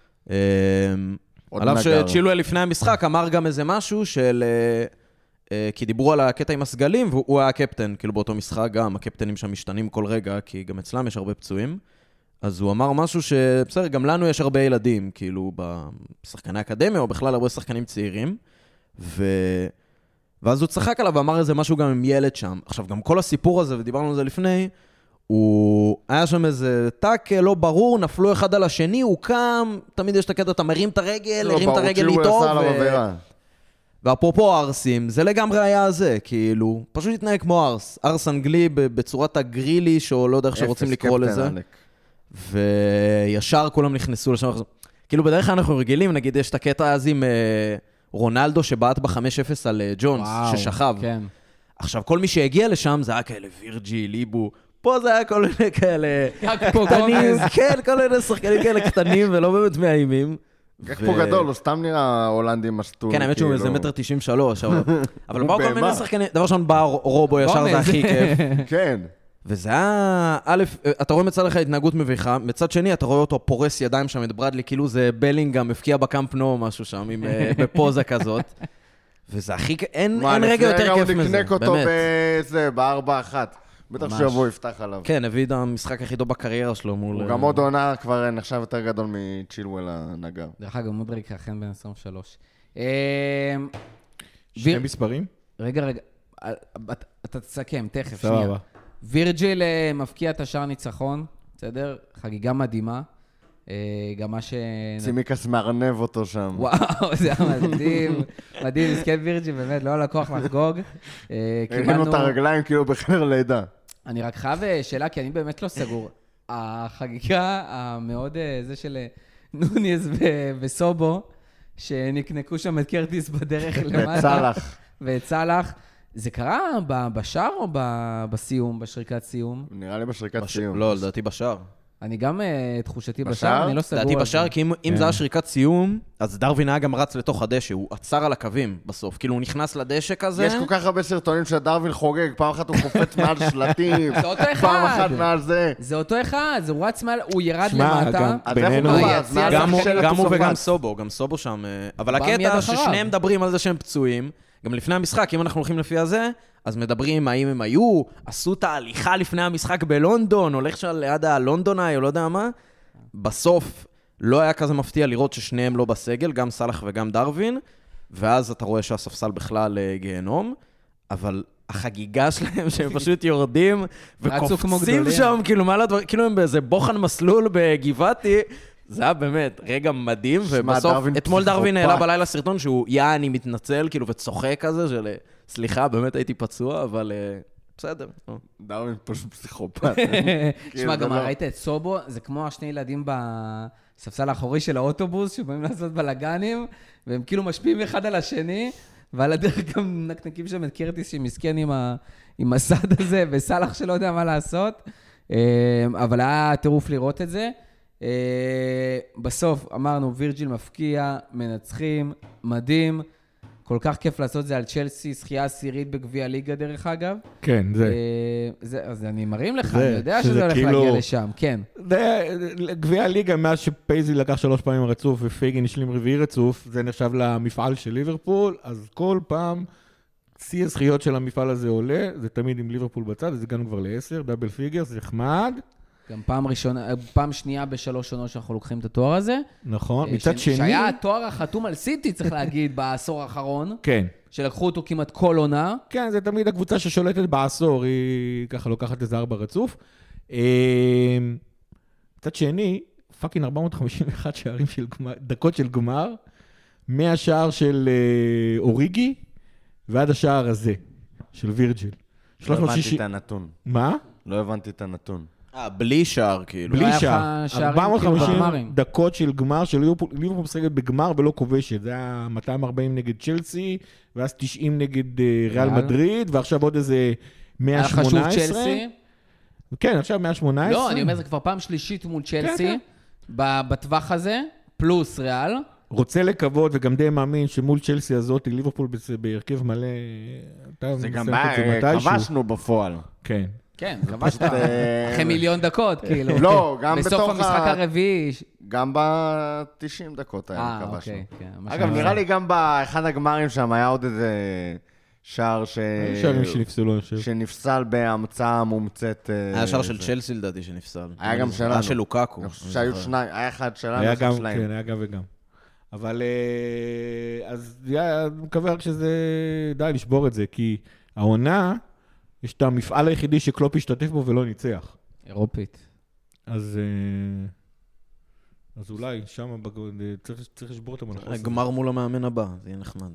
עליו שצ'ילוול לפני המשחק אמר גם איזה משהו של... כי דיברו על הקטע עם הסגלים, והוא היה הקפטן, כאילו באותו משחק גם, הקפטנים שם משתנים כל רגע, כי גם אצלם יש הרבה פצועים. אז הוא אמר משהו שבסדר, גם לנו יש הרבה ילדים, כאילו בשחקני אקדמיה, או בכלל הרבה שחקנים צעירים. ו... ואז הוא צחק עליו ואמר איזה משהו גם עם ילד שם. עכשיו, גם כל הסיפור הזה, ודיברנו על זה לפני, הוא היה שם איזה טאק לא ברור, נפלו אחד על השני, הוא קם, תמיד יש את הקטע, אתה מרים את הרגל, הרים את הרגל איתו, ו... ואפרופו ארסים, זה לגמרי היה זה, כאילו, פשוט התנהג כמו ארס. ארס אנגלי בצורת הגריליש, או לא יודע איך שרוצים לקרוא לזה. וישר כולם נכנסו לשם. כאילו, בדרך כלל אנחנו רגילים, נגיד, יש את הקטע אז עם רונלדו, שבעט ב-חמש אפס על ג'ונס, ששכב. עכשיו, כל מי שהגיע לשם, זה היה כאלה וירג'י, ליבו, פה זה היה כל מיני כאלה פה קטנים, גומז. כן, כל מיני שחקנים כאלה קטנים ולא באמת מאיימים. גג ו- פה גדול, הוא סתם נראה הולנדי מסטול. כן, האמת שהוא כאילו. איזה מטר תשעים ושלוש, אבל אבל הוא באו כל בהמה. מיני שחקנים, דבר ראשון בא רובו ישר, זה הכי כיף. כן. וזה היה, א', אתה רואה מצד לך התנהגות מביכה, מצד שני אתה רואה אותו פורס ידיים שם את ברדלי, כאילו זה בלינגהם, הפקיע בקאמפ נו או משהו שם, עם, אה, בפוזה כזאת. וזה הכי, אין, מה, אין רגע יותר כיף הוא מזה, נקנק אותו באמת. בזה, בארבע אחת. בטח ממש. שיבוא יפתח עליו. כן, הביא את המשחק הכי טוב בקריירה שלו מול... הוא גם עוד עונה כבר נחשב יותר גדול מצ'ילואל הנגר. דרך אגב, מודריק אכן בן עשרים ושלוש. אה, שני ויר- מספרים? רגע, רגע, אה, אתה- אתה תסכם, תכף, סבבה. שנייה. וירג'יל אה, מפקיע את השער ניצחון, בסדר? חגיגה מדהימה. אה, גם מה ש... צימיקס מארנב אותו שם. וואו, זה היה מדהים. מדהים, מסכן וירג'יל, באמת, לא היה לו כוח לחגוג. אה, הרינו את הרגליים כאילו בחדר לידה. אני רק חייב אה, שאלה, כי אני באמת לא סגור. החגיגה המאוד, אה, זה של אה, נוניז ו- וסובו, שנקנקו שם את קרטיס בדרך למטה. וצלח. ואת סלאח. זה קרה ב- בשער או ב- בסיום, בשריקת סיום? נראה לי בשריקת בש- סיום. לא, לדעתי בשער. אני גם, אה, תחושתי בשער? בשער, אני לא סגור. לדעתי על בשער, זה. כי אם- אם זה היה שריקת סיום, אז דרווין היה גם רץ לתוך הדשא, הוא עצר על הקווים בסוף. כאילו הוא נכנס לדשא כזה. יש כל כך הרבה סרטונים שדרווין חוגג, פעם אחת הוא קופץ מעל שלטים, זה אותו אחד. פעם אחת מעל זה. זה אותו אחד, זה הוא רץ מעל, הוא ירד שמע, למטה. גם- אז בינינו- איך הוא היציע קפץ? מעל זה גם הוא- השלט גם הוא הוא וגם קפץ. סובו, גם סובו שם. אה, אבל בא מיד הקטע אחריו. ששניהם מדברים על זה שהם פצועים, גם לפני המשחק, אם אנחנו הולכים לפי הזה, אז מדברים האם הם היו, עשו את ההליכה לפני המשחק בלונדון, הולך שם ליד הלונדונאי או לא יודע מה. בסוף לא היה כזה מפתיע לראות ששניהם לא בסגל, גם סלאח וגם דרווין, ואז אתה רואה שהספסל בכלל אה, גיהנום, אבל החגיגה שלהם שהם פשוט יורדים רצו כמו וקופצים גדולים. שם, כאילו מעל הדבר, כאילו הם באיזה בוחן מסלול בגבעתי, זה היה באמת רגע מדהים, ובסוף, דרווין אתמול דרווין פסיכופת. העלה בלילה סרטון שהוא, יא, אני מתנצל, כאילו, וצוחק כזה, של, אה, סליחה, באמת הייתי פצוע, אבל אה, בסדר. לא. דרווין פשוט פסיכופת. שמע, גם זה לא- ראית את סובו, זה כמו השני ילדים בספסל האחורי של האוטובוס, שבאים לעשות בלגנים, והם כאילו משפיעים אחד על השני, ועל הדרך גם נקנקים שם את קרטיס שמסכן עם, ה... עם הסד הזה, וסלאח שלא יודע מה לעשות. אה, אבל היה טירוף לראות את זה. אה, בסוף אמרנו, וירג'יל מפקיע, מנצחים, מדהים. כל כך כיף לעשות את זה על צ'לסי, זכייה עשירית בגביע ליגה דרך אגב. כן, זה. אה, זה, אז אני מרים לך, זה, אני יודע שזה שזה הולך כאילו- להגיע לשם, כן. זה גביע הליגה, מאז שפייזי לקח שלוש פעמים רצוף ופייגין השלים רביעי רצוף, זה נחשב למפעל של ליברפול, אז כל פעם שיא הזכיות של המפעל הזה עולה, זה תמיד עם ליברפול בצד, אז הגענו כבר לעשר, דאבל פיגר, זה נחמד, גם פעם ראשונה, פעם שנייה בשלוש עונות שאנחנו לוקחים את התואר הזה. נכון, אה, מצד ש- שני, שהיה התואר החתום על סיטי, צריך להגיד, בעשור האחרון, כן, שלקחו אותו כמעט כל עונה. כן, זה תמיד הקבוצה ששולטת בעשור, היא ככה לוקחת איזה ארבע רצוף. אה, מצד שני, פאקינג ארבע מאות חמישים ואחת שערים של גמר, דקות של גמר, מהשער של אה, אוריגי ועד השער הזה, של וירג'יל. לא שלוש מאות הבנתי שישים את הנתון. מה? לא הבנתי את הנתון. אה, בלי שער, כאילו. לא בלי היה לך שער. שערים ארבע מאות כאילו וחמישים בגמרים. דקות של גמר של ליברפול, ליברפול משחקת בגמר ולא כובשת. זה היה מאתיים וארבעים נגד צ'לסי, ואז תשעים נגד אה, ריאל ריאל. מדריד, ועכשיו עוד איזה היה מאה חשוב שמונה עשרה. צ'לסי. כן, עכשיו מאה שמונה עשרה. לא, אני אומר, זה כבר פעם שלישית מול צ'לסי, כן. ב- בטווח הזה, פלוס ריאל. רוצה לקוות וגם די מאמין שמול צ'לסי הזאת, ליברפול בס- בהרכב מלא, אתה זה גם מסיים את זה בא, מתישהו. כבשנו בפועל. כן. כן, כבשת. אה, אחרי מיליון דקות, כאילו. לא, גם בסוף בתוך המשחק ה- הרביעי. גם ב-תשעים דקות האלה אה, כבשנו. אוקיי. כן, מה אגב, שאני נראה אומר. לי גם באחד הגמרים שם היה עוד איזה שער ש... שערים שנפסלו, אני חושב. שנפסל בהמצאה מומצאת. אה, היה שער של זה. צ'לסי לדעתי שנפסל. היה גם שלנו. היה של לוקאקו. אני חושב אני שהיו זוכר. שניים, היה אחד שלנו, היה אחד גם, שלהם. כן, היה גם וגם. אבל אה, אז היה, אני מקווה רק שזה, די לשבור את זה, כי העונה, יש את המפעל היחידי שקלופ השתתף בו ולא ניצח. אירופית. אז אה, אז אולי שם בג- צריך צריך לשבור אותם על החוסר. גמר מול המאמן הבא, זה יהיה נחמד.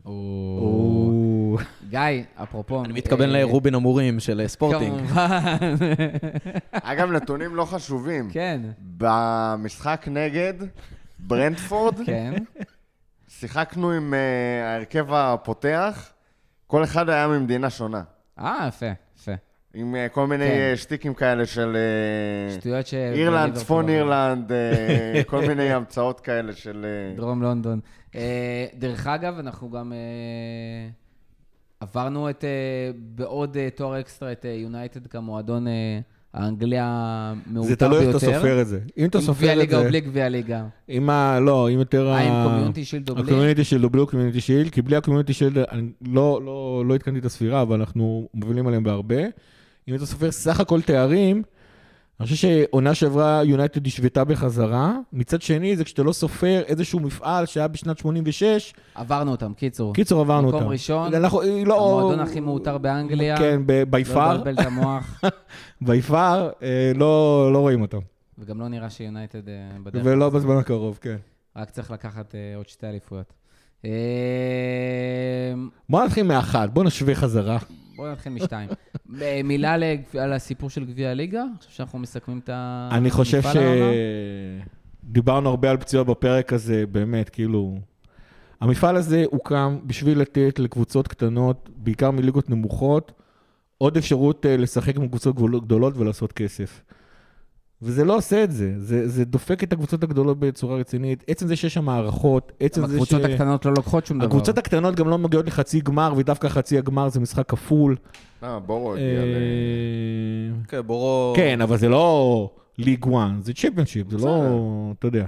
או, גיא, אפרופו... אני מתכוון אה, לרובין אמורים של ספורטינג. כמובן. אגב, נתונים לא חשובים. כן, במשחק נגד ברנטפורד, כן. שיחקנו עם אה, ההרכב הפותח, כל אחד היה ממדינה שונה. אה, יפה, יפה. עם אה, כל מיני כן. אה, שטיקים כאלה של אה, שטויות ש... אירלנד, בליברפול צפון אומרים. אירלנד, אה, כל מיני המצאות כאלה של... אה, דרום לונדון. אה, דרך אגב, אנחנו גם אה, עברנו את, אה, בעוד אה, תואר אקסטרה את יונייטד כמועדון אה, האנגלי המעוטר זה תלוי ביותר. איך אתה סופר את זה. אם אתה עם סופר גביע את ליגה או זה... בלי גביע ליגה. עם ה... לא, עם יותר... אה, עם ה- קומיוניטי שילד או בלי? הקומיוניטי שילד או בלי קומיוניטי שילד, כי בלי הקומיוניטי שילד, אני לא, לא, לא התקנתי את הספירה, אבל אנחנו מובילים עליהם בהרבה. אם אתה סופר סך הכל תארים, אני חושב שעונה שעברה יונייטד השוותה בחזרה. מצד שני, זה כשאתה לא סופר איזשהו מפעל שהיה בשנת שמונים ושש, עברנו אותם, קיצור. קיצור עברנו אותם. מקום ראשון, אנחנו, לא, המועדון הכי מעוטר באנגליה. כן, לא ביפר, לבלבל את המוח, ביפר, אה, לא, לא רואים אותם. וגם לא נראה שיונייטד אה, בדרך. ולא בזמן הקרוב, כן. רק צריך לקחת אה, עוד שתי אליפויות. אה, בוא נתחיל מאחת, בוא נשווה חזרה. בואו נתחיל משתיים. אה, מילה לג- על הסיפור של גביע הליגה? אני חושב שאנחנו מסכמים את המפעל אני חושב העונה. שדיברנו הרבה על פציעות בפרק הזה, באמת, כאילו... המפעל הזה הוקם בשביל לתת לקבוצות קטנות, בעיקר מליגות נמוכות, עוד אפשרות אה, לשחק עם קבוצות גבול- גדולות ולעשות כסף. וזה לא עושה את זה, זה, זה דופק את הקבוצות הגדולות בצורה רצינית. עצם זה שיש שם מערכות, עצם זה ש... הקבוצות הקטנות לא לוקחות שום דבר. הקבוצות הקטנות גם לא מגיעות לחצי גמר, ודווקא חצי הגמר זה משחק כפול. אה, בורו הגיע ל... אה, כן, בורו... כן, אבל זה לא ליג וואן, זה צ'מפיונשיפ, זה לא, אתה יודע.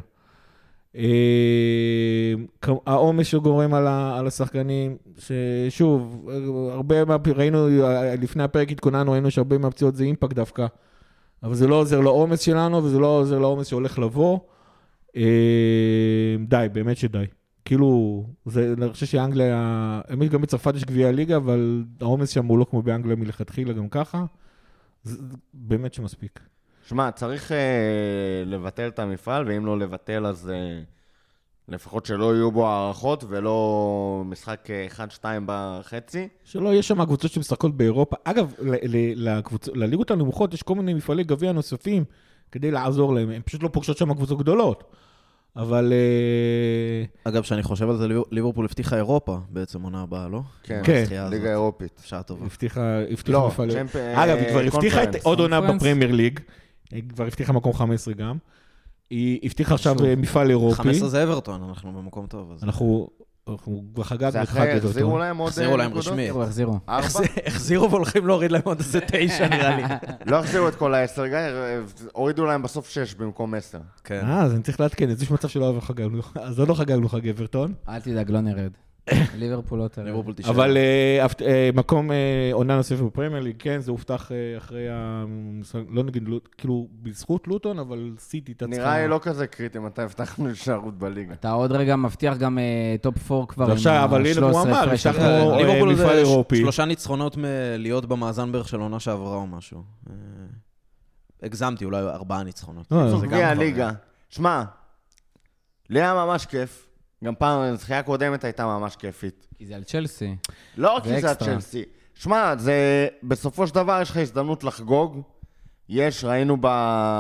אה, כ- העומס שגורם על ה- על השחקנים, ששוב, הרבה מה... ראינו, לפני הפרק התכוננו, ראינו שהרבה מהפציעות זה אימפקט דווקא, אבל זה לא עוזר לעומס שלנו, וזה לא עוזר לעומס שהולך לבוא. אה, די, באמת שדי. כאילו, זה, אני חושב שאנגליה, האמת גם בצרפת יש גביע הליגה, אבל העומס שם הוא לא כמו באנגליה מלכתחילה, גם ככה. זה זה באמת שמספיק. שמע, צריך אה, לבטל את המפעל, ואם לא לבטל, אז אה, לפחות שלא יהיו בו הערכות, ולא משחק אחד שתיים בחצי. שלא, יש שם קבוצות שמשחקות באירופה. אגב, ל- ל- לקבוצ... לליגות הנמוכות יש כל מיני מפעלי גביע נוספים כדי לעזור להם. הם פשוט לא פוגשות שם קבוצות גדולות. אבל... אה, אגב, שאני חושב על זה, ליבר- ליברפול הבטיחה אירופה בעצם עונה הבאה, לא? כן, כן. הזכייה הזאת. ליגה אירופית. שעה טובה. הבטיחה, הבטיחה לא, מפעל... צ'מפ- אגב, היא כבר אה, הבטיחה את קונפרנס. עוד עונה קונפרנס. בפרמייר ליג. היא כבר הבטיחה מקום חמש עשרה גם. היא הבטיחה עכשיו שוב, אה, מפעל אירופי. חמש עשרה זה אברטון, אנחנו במקום טוב. אז- אנחנו אנחנו כבר חגגנו זה את חג אחרי, אברטון. החזירו להם עוד החזירו אה, להם נקודות? רשמי. החזירו, החזירו. ארבע? החזירו והולכים להוריד להם עוד איזה תשע, נראה לי. לא החזירו את כל העשר, גיא, הורידו להם בסוף שש במקום עשר. כן. אה, אז אני צריך לעדכן, אז יש מצב שלא חגגנו. אז עוד לא חגגנו חג אברטון. אל תדאג, לא נרד. ליברפול לא תרד. ליברפול תשאר. אבל אה, הפ- אה, מקום אה, עונה נוספת בפרמייר ליג, כן, זה הובטח אה, אחרי ה... לא נגיד, לוט- כאילו, בזכות לוטון, אבל סיטי הייתה צריכה... נראה לי לא כזה קריטי מתי הבטחנו להישארות בליגה. אתה אתה עוד רגע מבטיח גם אה, טופ ארבע כבר זה עכשיו, אבל הנה הוא אמר, הפרש הבטחנו- אחרי. אה, ליברפול מפעל זה אירופי. שלושה ניצחונות מלהיות במאזן בערך של עונה שעברה או משהו. אה, הגזמתי, אולי ארבעה ניצחונות. לא, זה זו גם גביע כבר- הליגה. שמע, לי היה ממש כיף. גם פעם, הזכייה הקודמת הייתה ממש כיפית. כי זה על צ'לסי. לא כי זה ואקסטרה. הצ'לסי. שמע, זה... בסופו של דבר יש לך הזדמנות לחגוג. יש, ראינו ב...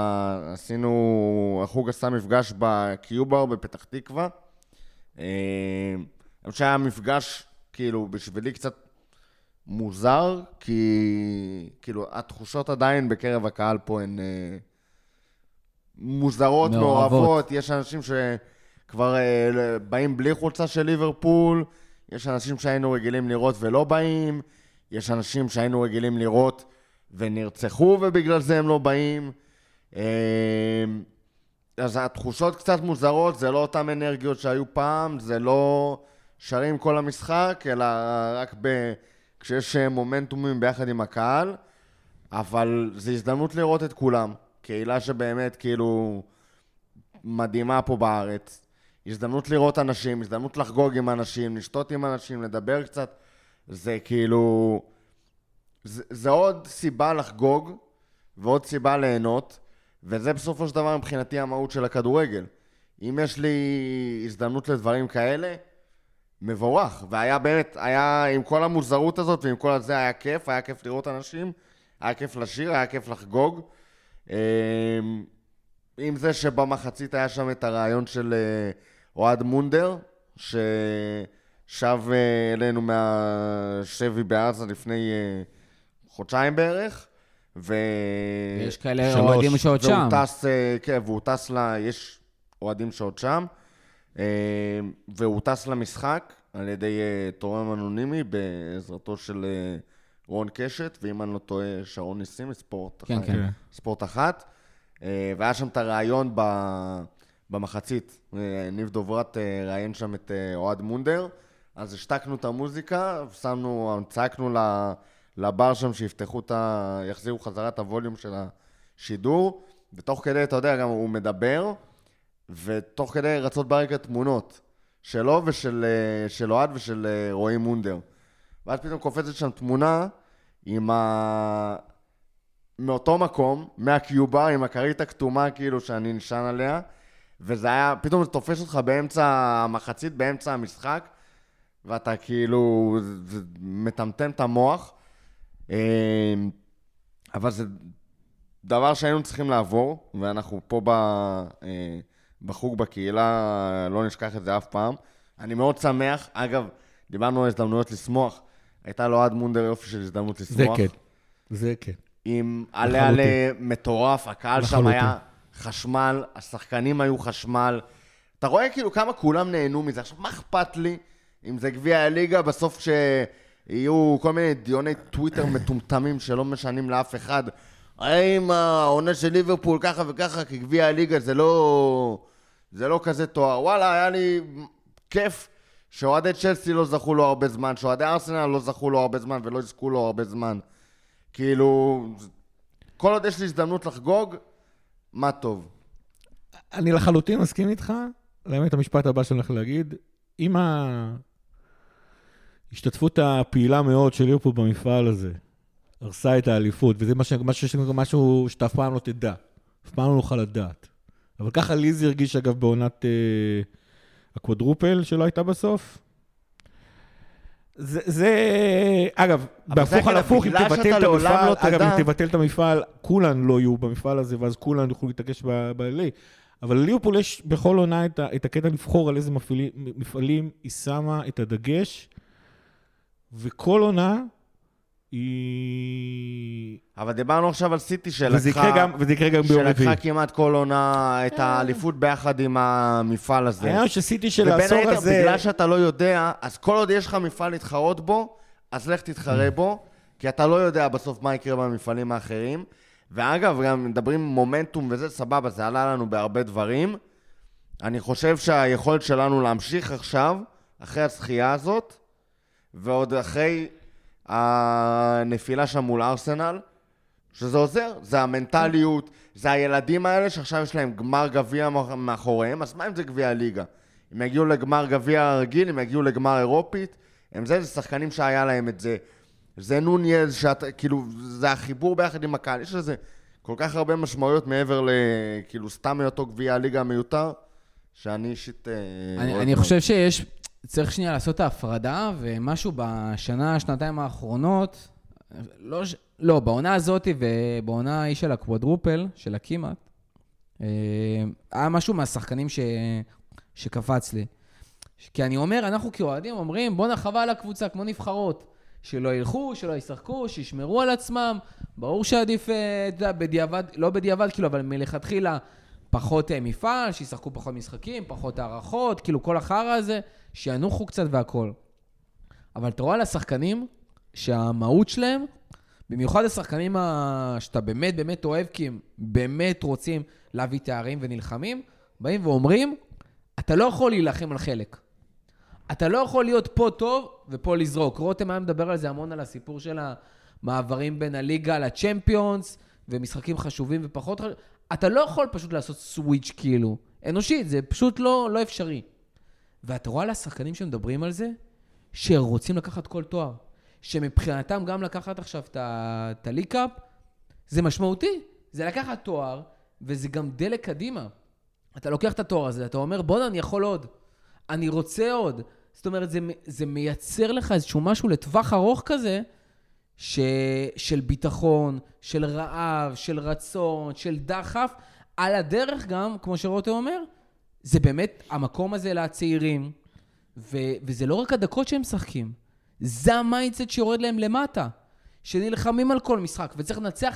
עשינו... החוג עשה מפגש בקיובר בפתח תקווה. אה, אני חושב שהיה מפגש, כאילו, בשבילי קצת מוזר, כי... כאילו, התחושות עדיין בקרב הקהל פה הן... אה, מוזרות, מעורבות. מעורבות. יש אנשים שכבר אה, באים בלי חולצה של ליברפול. יש אנשים שהיינו רגילים לראות ולא באים. יש אנשים שהיינו רגילים לראות ונרצחו ובגלל זה הם לא באים. אה, אז התחושות קצת מוזרות, זה לא אותם אנרגיות שהיו פעם, זה לא שרים כל המשחק, אלא רק ב... כשיש מומנטומים ביחד עם הקהל, אבל זו הזדמנות לראות את כולם. קהילה שבאמת כאילו מדהימה פה בארץ. הזדמנות לראות אנשים, הזדמנות לחגוג עם אנשים, לשתות עם אנשים, לדבר קצת. זה כאילו... זה, זה עוד סיבה לחגוג ועוד סיבה ליהנות, וזה בסופו של דבר מבחינתי המהות של הכדורגל. אם יש לי הזדמנות לדברים כאלה, מבורך. והיה באמת, היה עם כל המוזרות הזאת ועם כל הזה היה כיף, היה כיף לראות אנשים, היה כיף לשיר, היה כיף לחגוג. עם זה שבמחצית היה שם את הרעיון של אוהד מונדר, ששב אלינו מהשבי בעזה לפני חודשיים בערך. ו... ויש כאלה אוהדים שעוד שם. והוא טס, כן, והוא טס ל... יש אוהדים שעוד שם, והוא טס למשחק על ידי תורם אנונימי בעזרתו של רון קשת, ואם אני לא טועה, שרון ניסים, מספורט כן, אחת. כן. ספורט אחת. והיה שם את הרעיון במחצית. ניב דוברת ראיין שם את אוהד מונדר, אז השתקנו את המוזיקה, ושמנו, צעקנו לבר שם שיפתחו את ה... יחזירו חזרה את הווליום של השידור, ותוך כדי, אתה יודע, גם הוא מדבר, ותוך כדי רצות ברקע תמונות שלו ושל של אוהד ושל רועי מונדר. ואז פתאום קופצת שם תמונה עם ה... מאותו מקום, מהקיובר, עם הכרית הכתומה כאילו שאני נשען עליה, וזה היה, פתאום זה תופס אותך באמצע המחצית, באמצע המשחק, ואתה כאילו, זה מטמטם את המוח, אבל זה דבר שהיינו צריכים לעבור, ואנחנו פה בחוג בקהילה, לא נשכח את זה אף פעם. אני מאוד שמח, אגב, דיברנו על הזדמנויות לשמוח, הייתה לו עד מונדר יופי של הזדמנות לשמוח. זה כן, זה כן. עם עלה עלה מטורף, הקהל שם היה חשמל, השחקנים היו חשמל. אתה רואה כאילו כמה כולם נהנו מזה. עכשיו, מה אכפת לי אם זה גביע הליגה, בסוף שיהיו כל מיני דיוני טוויטר מטומטמים שלא משנים לאף אחד. האם העונה של ליברפול ככה וככה, כי גביע הליגה זה לא, זה לא כזה תואר. וואלה, היה לי כיף שאוהדי צ'לסי לא זכו לו הרבה זמן, שאוהדי ארסנל לא זכו לו הרבה זמן ולא יזכו לו הרבה זמן. כאילו, כל עוד יש לי הזדמנות לחגוג, מה טוב. אני לחלוטין מסכים איתך, לאמת המשפט הבא שאני הולך להגיד, עם ההשתתפות הפעילה מאוד של ליברפול במפעל הזה, הרסה את האליפות, וזה משהו, משהו שאתה אף פעם לא תדע, אף פעם לא נוכל לדעת. אבל ככה ליזי הרגיש אגב בעונת אה, הקוודרופל שלא הייתה בסוף. זה, זה, אגב, בהפוך על הפוך, אם תבטל את המפעל, אגב, אם תבטל את המפעל, כולן לא יהיו במפעל הזה, ואז כולן יוכלו להתעקש ב-אל איי. אבל ליברפול יש בכל עונה את, את הקטע לבחור על איזה מפעלים, מפעלים היא שמה את הדגש, וכל עונה היא... אבל דיברנו עכשיו על סיטי שלקחה... וזה יקרה גם, וזה יקרה גם ביום רביעי. שלקחה כמעט כל עונה את האליפות ביחד עם המפעל הזה. היה שסיטי של העשור הזה... ובין היתר, בגלל שאתה לא יודע, אז כל עוד יש לך מפעל להתחרות בו, אז לך תתחרה בו, כי אתה לא יודע בסוף מה יקרה במפעלים האחרים. ואגב, גם מדברים מומנטום וזה, סבבה, זה עלה לנו בהרבה דברים. אני חושב שהיכולת שלנו להמשיך עכשיו, אחרי הזכייה הזאת, ועוד אחרי הנפילה שם מול ארסנל, שזה עוזר, זה המנטליות, זה הילדים האלה שעכשיו יש להם גמר גביע מאחוריהם, אז מה אם זה גביע הליגה? הם יגיעו לגמר גביע רגיל, הם יגיעו לגמר אירופית, הם זה, זה שחקנים שהיה להם את זה. זה נוניאז, שאת, כאילו, זה החיבור ביחד עם הקהל, יש לזה כל כך הרבה משמעויות מעבר לכאילו סתם מאותו גביע הליגה המיותר, שאני אישית... אני, אני חושב שיש, צריך שנייה לעשות את ההפרדה, ומשהו בשנה, שנתיים האחרונות, לא, לא בעונה הזאת ובעונה היא של הקוודרופל, של הכמעט, היה משהו מהשחקנים ש, שקפץ לי. כי אני אומר, אנחנו כאוהדים אומרים, בוא נחווה על הקבוצה כמו נבחרות. שלא ילכו, שלא ישחקו, שישמרו על עצמם. ברור שעדיף, בדיעבד, לא בדיעבד, כאילו, אבל מלכתחילה פחות מפעל, שישחקו פחות משחקים, פחות הערכות, כאילו כל החרא הזה, שינוחו קצת והכל. אבל אתה רואה על השחקנים שהמהות שלהם, במיוחד השחקנים שאתה באמת באמת אוהב, כי הם באמת רוצים להביא תארים ונלחמים, באים ואומרים, אתה לא יכול להילחם על חלק. אתה לא יכול להיות פה טוב ופה לזרוק. רותם היה מדבר על זה המון, על הסיפור של המעברים בין הליגה לצ'מפיונס, ומשחקים חשובים ופחות חשובים. אתה לא יכול פשוט לעשות סוויץ' כאילו. אנושית, זה פשוט לא, לא אפשרי. ואתה רואה על השחקנים שמדברים על זה, שרוצים לקחת כל תואר. שמבחינתם גם לקחת עכשיו את הליקאפ, זה משמעותי. זה לקחת תואר, וזה גם דלק קדימה. אתה לוקח את התואר הזה, אתה אומר, בוא, אני יכול עוד. אני רוצה עוד. זאת אומרת, זה, זה מייצר לך איזשהו משהו לטווח ארוך כזה, ש, של ביטחון, של רעב, של רצון, של דחף. על הדרך גם, כמו שרותם אומר, זה באמת המקום הזה לצעירים, ו, וזה לא רק הדקות שהם משחקים, זה המיינדסט שיורד להם למטה, שנלחמים על כל משחק, וצריך לנצח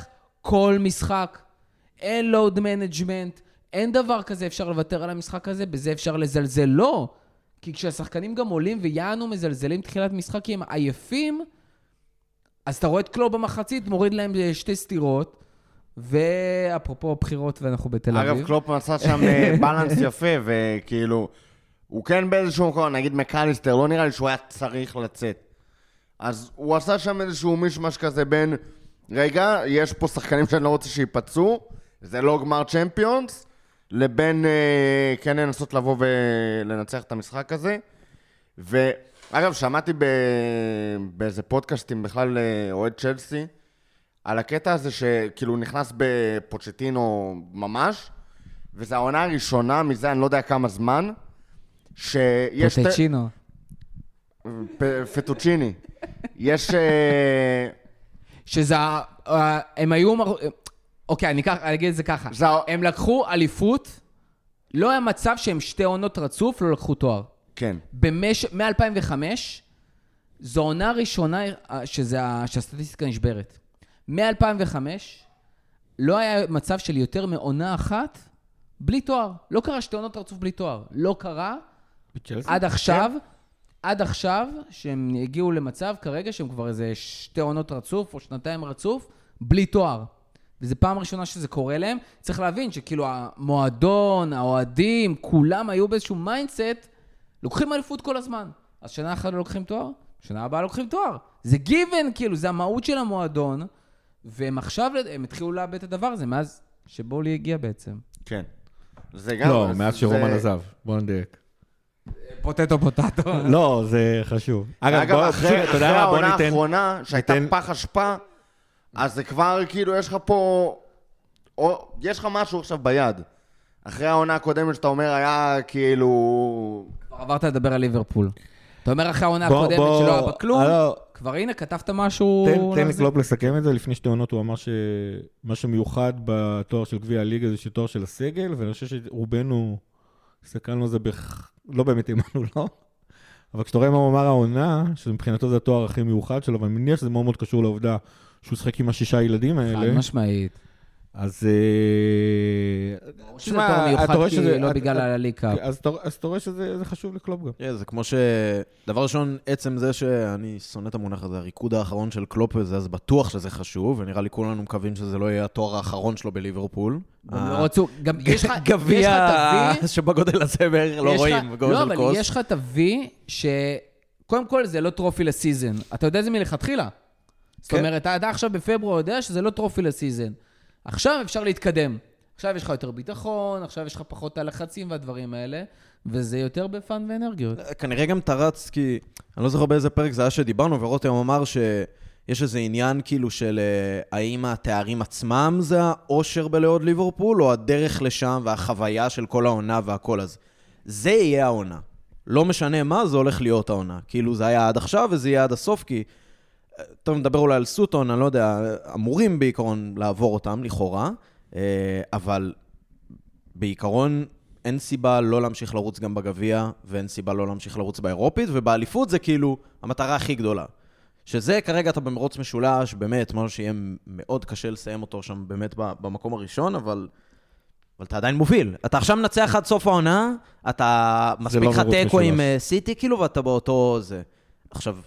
כל משחק. אין לואוד מנג'מנט, אין דבר כזה, אפשר לוותר על המשחק הזה, בזה אפשר לזלזל. לא, כי כשהשחקנים גם עולים ויענו מזלזלים תחילת משחק כי הם עייפים, אז אתה רואה את קלופ במחצית, מוריד להם שתי סתירות, ואפרופו בחירות ואנחנו בתל אביב. אגב, קלופ מצא שם בלנס יפה, וכאילו, הוא כן באיזשהו מקום, נגיד מקליסטר, לא נראה לי שהוא היה צריך לצאת. אז הוא עשה שם איזשהו מישמש כזה בין, רגע, יש פה שחקנים שאני לא רוצה שיפצעו, זה לא גמר צ'מפיונס, לבין אה, כן לנסות לבוא ולנצח את המשחק הזה. ואגב, שמעתי ב... באיזה פודקאסטים בכלל אוהד צ'לסי, על הקטע הזה שכאילו נכנס בפוצ'טינו ממש, וזו העונה הראשונה מזה, אני לא יודע כמה זמן, שיש... פוטצ'ינו. פ... פטוצ'יני. יש... שזה... הם היו... אוקיי, אני, כך, אני אגיד את זה ככה. זה... הם לקחו אליפות, לא היה מצב שהם שתי עונות רצוף, לא לקחו תואר. כן. במש... מ-אלפיים וחמש, זו עונה ראשונה שזה... שהסטטיסטיקה נשברת. מ-אלפיים וחמש, לא היה מצב של יותר מעונה אחת, בלי תואר. לא קרה שתי עונות רצוף בלי תואר. לא קרה עד עכשיו, עד עכשיו, שהם הגיעו למצב כרגע, שהם כבר איזה שתי עונות רצוף, או שנתיים רצוף, בלי תואר. וזו פעם ראשונה שזה קורה להם. צריך להבין שכאילו המועדון, האוהדים, כולם היו באיזשהו מיינדסט, לוקחים אליפות כל הזמן. אז שנה אחת לא לוקחים תואר, שנה הבאה לוקחים תואר. זה גיוון, כאילו, זה המהות של המועדון, והם עכשיו, הם התחילו לאבד את הדבר הזה, מאז שבולי הגיע בעצם. כן. זה גם... לא, זה... מאז שרומן עזב. בוא נדייק. פוטטו פוטטו. לא, זה חשוב. אגב, בוא, אחרי, פשוט, אתה אחרי יודע מה, בוא העונה ניתן... האחרונה, שהייתה ניתן- פח אשפה, אז זה כבר כאילו, יש לך פה... או, יש לך משהו עכשיו ביד. אחרי העונה הקודמת שאתה אומר, היה כאילו... כבר עברת לדבר על ליברפול. אתה אומר אחרי העונה בוא, הקודמת בוא, שלא היה בכלום, הלו. כבר הנה, כתבת משהו... תן, תן לזה. לקלופ לסכם את זה. לפני שתי עונות הוא אמר שמה שמיוחד בתואר של גביע הליגה זה שתואר של הסגל, ואני חושב שרובנו הסתכלנו על זה, בח... לא באמת אימנו, לא? אבל כשאתה רואה מה הוא אמר העונה, שמבחינתו זה התואר הכי מיוחד שלו, ואני מניח שזה מאוד מאוד קשור לעובדה שהוא שחק עם השישה ילדים האלה. חד משמעית. אז... שזה תואר מיוחד כי לא בגלל הליקאפ. אז אתה רואה שזה חשוב לקלופ גם. כן, זה כמו ש... דבר ראשון, עצם זה שאני שונא את המונח הזה, הריקוד האחרון של קלופ הזה, אז בטוח שזה חשוב, ונראה לי כולנו מקווים שזה לא יהיה התואר האחרון שלו בליברפול. גם לא רצו... גם יש לך... גביע שבגודל הזה בערך לא רואים, בגודל לא, של אבל כוס. יש לך תביא ש... קודם כל זה לא טרופי לסיזן. אתה יודע זה מלכתחילה. זאת אומרת, אתה עכשיו בפברואר יודע שזה לא טרופי לסיזן. עכשיו אפשר להתקדם. עכשיו יש לך יותר ביטחון, עכשיו יש לך פחות הלחצים והדברים האלה, וזה יותר בפן ואנרגיות. כנראה גם תרץ, כי אני לא זוכר באיזה פרק זה היה שדיברנו, ורותם אמר שיש איזה עניין כאילו של האם התארים עצמם זה האושר בלעוד ליברפול, או הדרך לשם והחוויה של כל העונה והכל. אז זה יהיה העונה. לא משנה מה, זה הולך להיות העונה. כאילו זה היה עד עכשיו וזה יהיה עד הסוף, כי אתה מדבר אולי על סוטון, אני לא יודע, אמורים בעיקרון לעבור אותם, לכאורה, אבל בעיקרון אין סיבה לא להמשיך לרוץ גם בגביע, ואין סיבה לא להמשיך לרוץ באירופית, ובאליפות זה כאילו המטרה הכי גדולה. שזה כרגע אתה במרוץ משולש, באמת, משהו שיהיה מאוד קשה לסיים אותו שם באמת במקום הראשון, אבל, אבל אתה עדיין מוביל. אתה עכשיו מנצח עד סוף העונה, אתה מספיק לך תיקו עם סיטי, כאילו, ואתה באותו זה. עכשיו,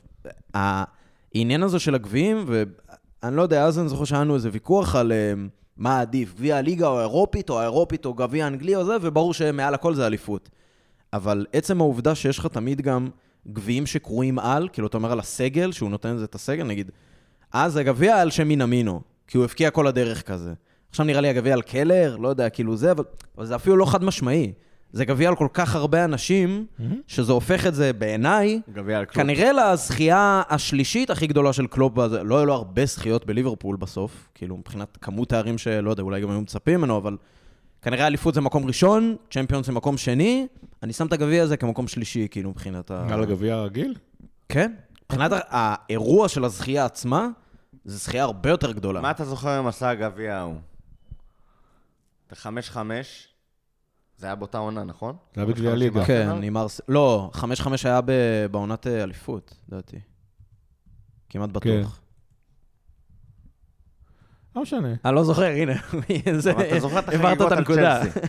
העניין הזה של הגביעים, ואני לא יודע, אז אני זוכר שהיה לנו איזה ויכוח על מה עדיף, גביע הליגה או האירופית, או האירופית או גביע האנגלי או זה, וברור שמעל הכל זה אליפות. אבל עצם העובדה שיש לך תמיד גם גביעים שקרויים על, כאילו אתה אומר על הסגל, שהוא נותן את הסגל, נגיד, אז הגביע על שם מינמינו, כי הוא הפקיע כל הדרך כזה. עכשיו נראה לי הגביע על קלר, לא יודע, כאילו זה, אבל, אבל זה אפילו לא חד משמעי. זה גביע על כל כך הרבה אנשים, שזה הופך את זה בעיניי, כנראה לזכייה השלישית הכי גדולה של קלופ, לא היו לו הרבה זכיות בליברפול בסוף, כאילו מבחינת כמות תארים שלא יודע, אולי גם היו מצפים ממנו, אבל כנראה אליפות זה מקום ראשון, צ'מפיונס זה מקום שני, אני שם את הגביע הזה כמקום שלישי, כאילו מבחינת ה... על הגביע הרגיל? כן, מבחינת האירוע של הזכייה עצמה, זה זכייה הרבה יותר גדולה. מה אתה זוכר ממסע הגביע ההוא? את ה-חמש חמש? זה היה באותה עונה, נכון? זה היה בגביע הליגה. כן, נאמר... לא, חמש חמש היה בעונת אליפות, דעתי. כמעט בטוח. לא משנה. אני לא זוכר, הנה. זה- אבל אתה זוכר את הבהרת החגיגות על הנקודה. צ'לסי.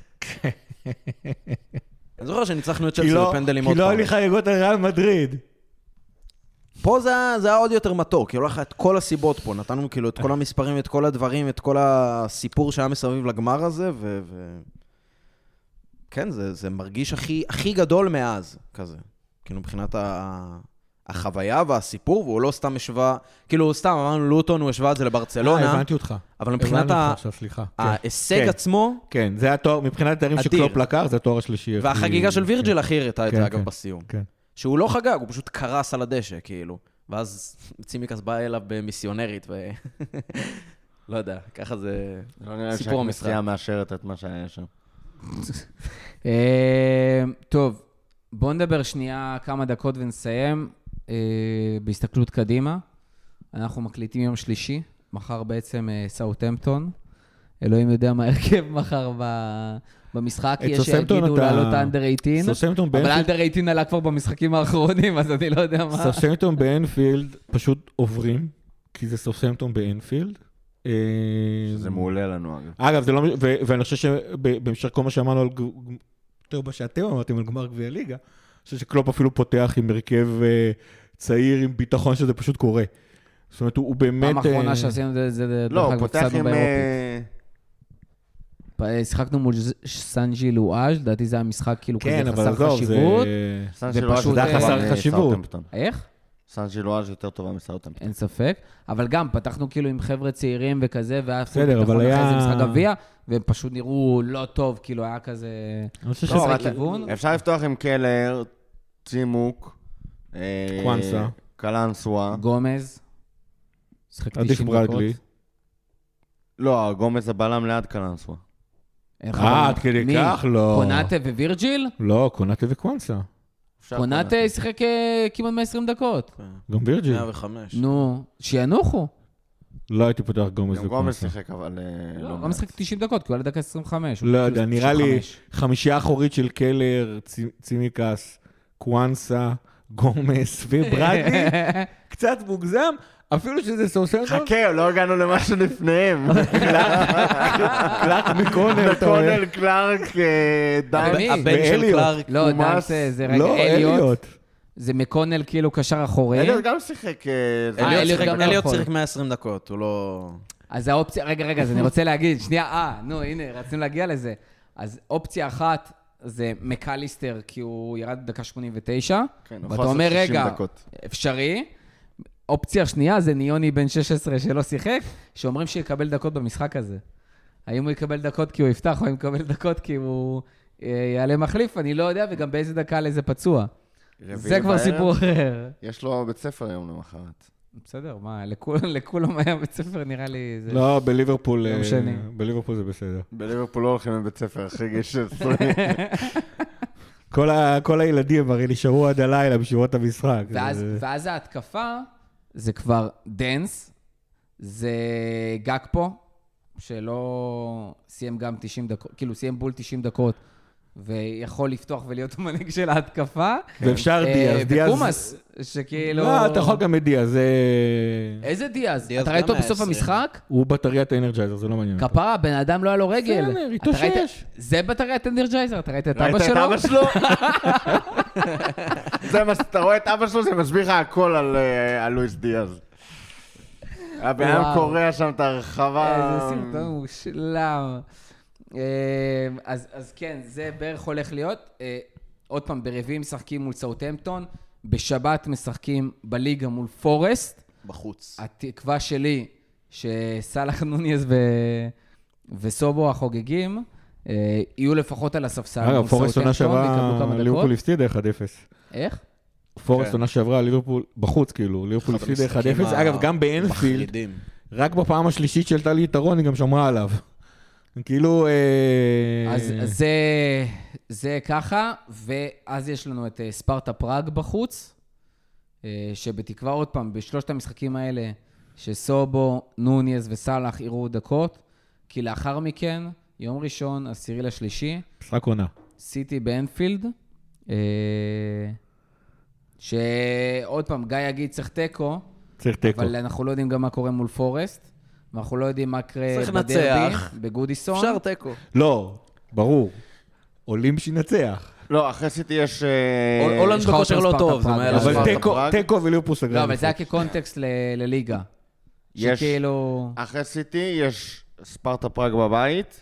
אני זוכר שניצחנו את כי צ'לסי לא- בפנדלים כי עוד לא פעם. היו לי חגיגות על ריאל מדריד. פה זה היה- זה היה עוד יותר מתוק, כי הולך את כל הסיבות פה, נתנו כאילו את כל המספרים, את כל הדברים, את כל הסיפור שהיה מסביב לגמר הזה, ו... ו... כן, זה, זה מרגיש הכי, הכי גדול מאז, כזה. כאילו, מבחינת ה... החוויה והסיפור, והוא לא סתם השווה, כאילו, סתם אמרנו לוטון, הוא השווה את זה לברצלונה, אה, הבנתי אותך. אבל מבחינת הבנתי ה... אותך עכשיו, סליחה. כן. ההישג כן. עצמו, כן, זה התואר, מבחינת התארים אדיר. שקלופ לקח, זה התואר השלישי. והחגיגה של כן. וירג'ל הכי הראתה את כן, זה, אגב, כן. בסיום. כן. שהוא לא חגג, הוא פשוט קרס על הדשא, כאילו. ואז צימקס בא אליו במיסיונרית, ו... לא יודע, ככה זה... לא נראה סיפור המשחק. שהכנסייה מאשרת את מה שהיה שם. אה, טוב, בואו נדבר שנייה כמה דקות ונסיים. אה, בהסתכלות קדימה, אנחנו מקליטים יום שלישי, מחר בעצם אה, סאוטהמפטון. אלוהים יודע מה הרכב מחר ב- במשחק, את יש סאוטהמפטון שיגידו אתה- לעלות אנדר שמונה עשרה, סאוטהמפטון אבל באנפילד- אנדר שמונה עשרה עלה כבר במשחקים האחרונים, אז אני לא יודע מה. סאוטהמפטון באנפילד פשוט עוברים, כי זה סאוטהמפטון באנפילד. אה, זה מעולה לנו, אגב. אגב, זה לא... ו- ואני חושב שבהמשך כל מה שאמרנו על... ג- ג- יותר מה שאתם אמרתם על גמר גביע הליגה, אני חושב שקלופ אפילו פותח עם הרכב אה, צעיר, עם ביטחון שזה פשוט קורה. זאת אומרת, הוא הוא באמת... פעם האחרונה אה, שעשינו את זה, זה לא, דרך הוא אגב, פותח הפסדנו עם... באירופית. אה, פ- שיחקנו מול ז- סנג'י לואז', לדעתי זה היה משחק כאילו כן, כזה אבל חסר עזוב, זה... חשיבות. סן זה שילואז' פשוט, יותר אה, טובה חסר חשיבות. מסאוטהמפטון. איך? סן שילואז' יותר טובה מסאוטהמפטון. אין ספק. אבל גם, פתחנו כאילו עם חבר'ה צעירים וכזה, והיה פול בסדר, ביטחון אבל אחרי היה- זה משחק גביע, והם פשוט נראו לא טוב, כאילו היה כזה... אני חושב לא, שזה... אבל- אתה- כיוון. אפשר לפתוח עם קלר, צימוק, אה, קואנסה. קלנסווה. גומז. שחק עדיף תשעים ברדלי. דקות. לא, גומז הבלם ליד קלנסווה. אין לך אה, מה- עד כדי מי? כך? לא. קונאטה ווירג'יל? לא, קונאטה וקוואנסה. אפשר קונאטה שיחק אה, כמעט מאה ועשרים דקות. גם וירג'יל. מאה וחמש. נו, שינוחו. לא הייתי פותח גומז גם גומז וקוואנסה. שיחק, אבל אה, לא, לא גם מעט. משחק תשעים דקות, כי הוא היה לדקה עשרים וחמש. לא הוא יודע, כאילו נראה לי תשעים וחמש. חמישייה אחורית של קלר, צי- צימקס, קוואנסה, גומס וברדלי. קצת מוגזם, אפילו שזה סאוטהמפטון. חכה, לא הגענו למשהו לפניהם. קלאק מקונר, אתה אומר. קונל קלארק, אה, דן. מי? הבן של ואליוט. קלארק. לא, קומאס. דאנטה, זה רגע, לא, אליוט. אליוט. זה מקונל כאילו קשר אחורי. אליוט גם שיחק. אה, זה- אה, אליוט אליוט שיחק- גם לא אליוט יכול. שיחק מאה ועשרים דקות, הוא לא... אז האופציה, רגע, רגע, אז אני רוצה להגיד, שנייה, אה, נו, הנה, רצינו להגיע לזה. אז אופציה אחת זה מקליסטר, כי הוא ירד בדקה שמונים ותשע, כן, הוא ואתה יכול אומר, לעשות שישים רגע, דקות. אפשרי. אופציה שנייה זה ניוני בן שש עשרה שלא שיחק, שאומרים שיקבל דקות במשחק הזה. האם הוא יקבל דקות כי הוא יפתח, או אם יקבל דקות כי הוא אה, יעלה מחליף, אני לא יודע, וגם באיזה דקה על איזה פצוע. רביעי זה כבר בערב, סיפור אחר. יש לו בית ספר יום למחרת. בסדר, מה, לכול- לכולם היה בית ספר, נראה לי... זה- לא, בליברפול, יום אה, שני. בליברפול זה בסדר. בליברפול לא הולכים לבית ספר אחרי גיל שש עשרה. כל ה- כל הילדים הרי נשארו עד הלילה בשורות המשחק. ואז, זה- ואז ההתקפה זה כבר דנס, זה גקפו, שלא סיים גם תשעים דקות, כאילו סיים בול תשעים דקות, ויכול לפתוח ולהיות המנהיג של ההתקפה. ואפשר אה, דיאז, דיאז... וקומאס, שכאילו... לא, אתה יכול גם את דיאז, זה... איזה דיאז? דיאז אתה ראית גם אותו בסוף מאה ועשרים. המשחק? הוא בטריית האנרג'ייזר, זה לא מעניין. אותי. כפרה, בן אדם לא היה לו רגל. בסדר, אתה ראית- התאושש. זה בטריית אנרג'ייזר, אתה ראית את ראית אבא את שלו? אבא שלו? זה מה, אתה רואה את אבא שלו, זה מסביר לך הכל על, אה, על לואיס דיאז. הבן אדם וואו. קורע שם את הרחבה. איזה סרטון מושלם. אה, אז, אז כן, זה בערך הולך להיות. אה, עוד פעם, ברביעי משחקים מול סאוטהמפטון, בשבת משחקים בליגה מול פורסט. בחוץ. התקווה שלי, שסלאח נוניאז ו... וסובו החוגגים, אה, יהיו לפחות על הספסל. אגב, מול פורסט עונה סאוטהמפטון ויקבלו שעברה, כמה דקות. ליברפול הפסידה אחד אפס. איך? פורסט כן. עונה שעברה, ליברפול, בחוץ כאילו, ליברפול אחד הפסידה אחד המשחקים אפס. אגב, גם באנפילד, המחרידים. רק בפעם השלישית שעלתה לי יתרון, היא גם שמרה עליו. כאילו... אה, אז אז זה, זה ככה, ואז יש לנו את אה, ספרטה פראג בחוץ, אה, שבתקווה עוד פעם, בשלושת המשחקים האלה, שסובו, נוניאז וסלאח יראו דקות, כי לאחר מכן, יום ראשון, עשירי לשלישי, משחק עונה. סיטי באנפילד, אה, שעוד פעם, גיא יגיד צריך תיקו, צריך תיקו. אבל אנחנו לא יודעים גם מה קורה מול פורסט. ואנחנו לא יודעים מה יקרה צריך בדרבי, לנצח. בגודיסון. אפשר תיקו. לא, ברור. עולים שינצח. לא, אחרי סיטי יש... אה, הולנד יש לך בכושר עוד לא ספרטה טוב, זה פראג. מהאלה אבל אבל של- תיקו- תיקו- פראג. תיקו וליברפול סגרה. לא, אבל זה היה אליפות. כקונטקסט ל- לליגה. יש- שכאילו... אחרי סיטי יש ספרטה פראג בבית,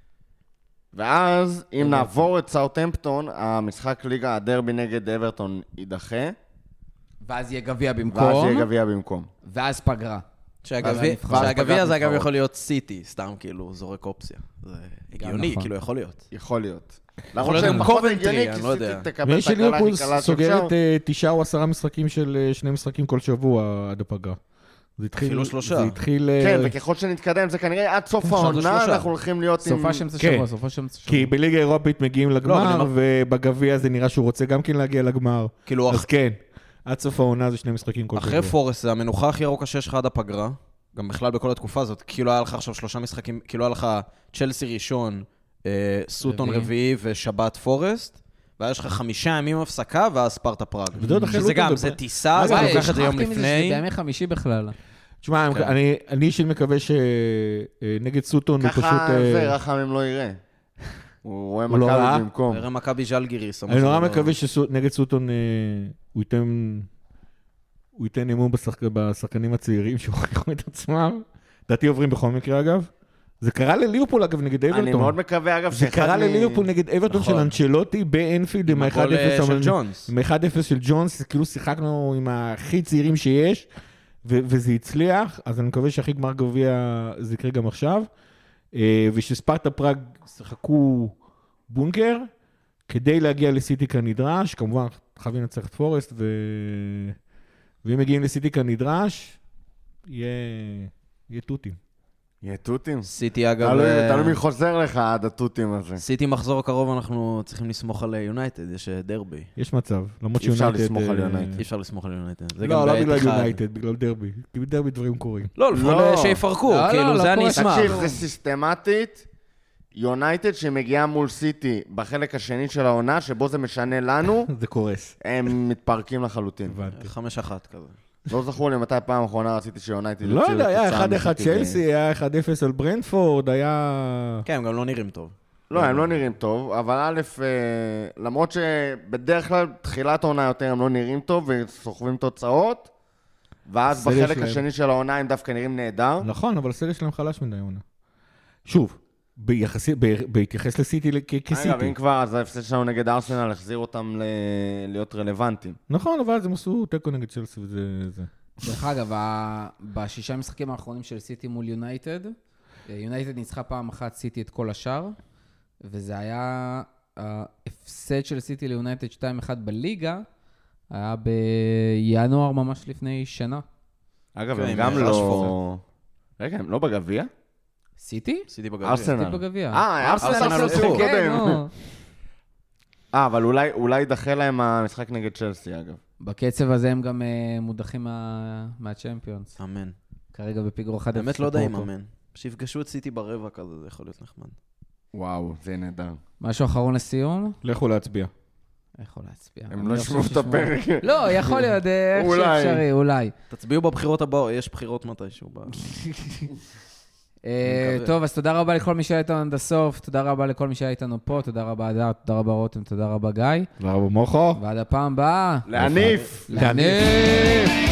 ואז אם נעבור את סאוטהמפטון, המשחק ליגה, הדרבי נגד אברטון יידחה, ואז יהיה גביע ואז במקום, יהיה גביע במקום. ואז פגרה. שהגביע נבחר. שהגביע זה אגב נבחרות. יכול להיות סיטי, סתם כאילו זורק אופציה. זה הגיוני, נכון. כאילו יכול להיות. יכול להיות. יכול למרות להיות שזה גם פחות קובנטרי, הגיוני, אני כי לא סיטי יודע. תקבל מי את הגרלה שליברפול הכי קלה סוגרת שאפשר. אה, תשעה או עשרה משחקים של אה, שני משחקים כל שבוע עד הפגרה. זה התחיל... אפילו שלושה. זה התחיל... אה, כן, וככל שנתקדם, זה כנראה עד סוף עכשיו זה העונה, שלושה. אנחנו הולכים להיות עם... סופה שאמצע כן. שבוע, סופה שאמצע שבוע. כי בליגה האירופית מגיעים אבל לגמר, אם- ובגביע זה נראה שהוא רוצה גם כן להגיע לגמר. כאילו, אז כן, עד סוף העונה זה שני משחקים כל שבוע. אחרי פורסט זה המנוחה הכי ארוכה שיש לך עד הפגרה, גם בכלל בכל התקופה הזאת, כאילו היה לך עכשיו שלושה משחקים, כאילו היה לך צ'לסי ראשון, אה, סוטון רביעי. רביעי ושבת פורסט, ויש לך חמישה ימים הפסקה, ואז ספרטה פראג. וזה עוד אחרי שזה לוטון גם, ופראג. זה טיסה, אז וואי, אתה לוקח את זה יום שכחתי מזה שזה לפני. בימי חמישי בכלל. תשמע, כן. אני אני אישית מקווה שנגד סוטון הוא פשוט... ככה אה, זה, רחמים לא יראה. הוא רואה הוא לא ראה? מכבי במקום. נראה מכבי ז'לגיריס. או אני משהו, נורא לא- מקווה שנגד סוטון אה, הוא ייתן... הוא ייתן אמון בשחק- בשחקנים הצעירים שהוכיחו את עצמם. לדעתי עוברים בכל מקרה, אגב. זה קרה לליברפול, אגב, נגד אני אברטון. מאוד מקווה, אגב, זה שאחד קרה מ- לליברפול נגד אברטון נכון. של אנצ'לוטי באנפילד עם עם ה-אחד הגול, אפס. אה, של אבל- ג'ונס. עם ה-אחד אפס של ג'ונס, כאילו שיחקנו עם הכי צעירים שיש, ו- וזה הצליח, אז אני מקווה שהכי גמר גביע זה יקרה גם עכשיו. אה, ושספרטה פראג שיחקו בונקר, כדי להגיע לסיטי כנדרש, כמובן חייבים לנצח את פורסט, ו... ואם מגיעים לסיטי כנדרש, יהיה, יהיה תותים. יהיה תותים. סיטי אגב... תלוי אה, תלוי מי חוזר לך עד התותים הזה. סיטי מחזור הקרוב אנחנו צריכים לסמוך על יונייטד, יש אה, דרבי. יש מצב, למרות אי אפשר שיונייטד... לסמוך על אה, יונייטד. אי אפשר לסמוך על יונייטד. זה גם לא, לא בגלל באתיחד. יונייטד, בגלל דרבי. כי בדרבי דברים קורים. לא, לפחות לא. שיפרקו, לא, כאילו, לא, זה לא אני קורה. אשמח. תקשיב, זה סיסטמטית. יונייטד שמגיעה מול סיטי בחלק השני של העונה, שבו זה משנה לנו, זה קורס. הם מתפרקים לחלוטין. הבנתי. חמש אחת כזה. לא זכור לי מתי פעם האחרונה רציתי שיונייטד לא יוציאו יודע, היה תוצאה אחד אחד מסיטי. צ'לסי, היה אחד אפס על ברנדפורד, היה... כן, הם גם לא נראים טוב. לא, הם לא נראים טוב, אבל א', אה, למרות שבדרך כלל תחילת העונה יותר הם לא נראים טוב וסוחבים תוצאות, ואז הסגל בחלק שלהם. השני של העונה הם דווקא נראים נהדר. נכון, אבל הסגל שלהם חלש מדי עונה. שוב, ביחסי- ב- בהתייחס לסיטי כ- אגב, כסיטי. אם כבר, אז ההפסד שלנו נגד ארסנל החזיר אותם ל- להיות רלוונטיים. נכון, אבל אז הם עשו תיקו נגד צ'לסי וזה... זה. דרך אגב, ה- בשישה המשחקים האחרונים של סיטי מול יונייטד, יונייטד ניצחה פעם אחת סיטי את כל השאר, וזה היה ההפסד של סיטי ליונייטד שתיים אחד בליגה, היה בינואר ממש לפני שנה. אגב, כן, הם עם גם רשפורד. לא... רגע, הם לא בגביע? סיטי? סיטי בגביע. ארסנל. סיטי בגביע. אה, ארסנל ארסנל עשו ניצחו. סיבוב כן, קודם. נו. אה, אבל אולי- אולי ידחה להם המשחק נגד צ'לסי, אגב. בקצב הזה הם גם אה, מודחים מה- מהצ'מפיונס. אמן. כרגע בפיגור אחד. באמת לא יודע אם אמן. שיפגשו את סיטי ברבע כזה, זה יכול להיות נחמד. וואו, זה נהדר. משהו אחרון לסיום? לכו להצביע. יכול להצביע. הם אני לא חושב ישמעו את שישמעו. הפרק. לא, יכול להיות, אה, איך אולי. שאפשרי, אולי. תצביעו בבחירות הבאות, יש בחירות מתישהו. ב- אה, מקווה. טוב, אז תודה רבה לכל מי שהיה איתנו עד הסוף, תודה רבה לכל מי שהיה איתנו פה, תודה רבה אדר, תודה רבה רותם, תודה רבה גיא, תודה רבה מוחו. ועד הפעם הבאה. להניף! להניף!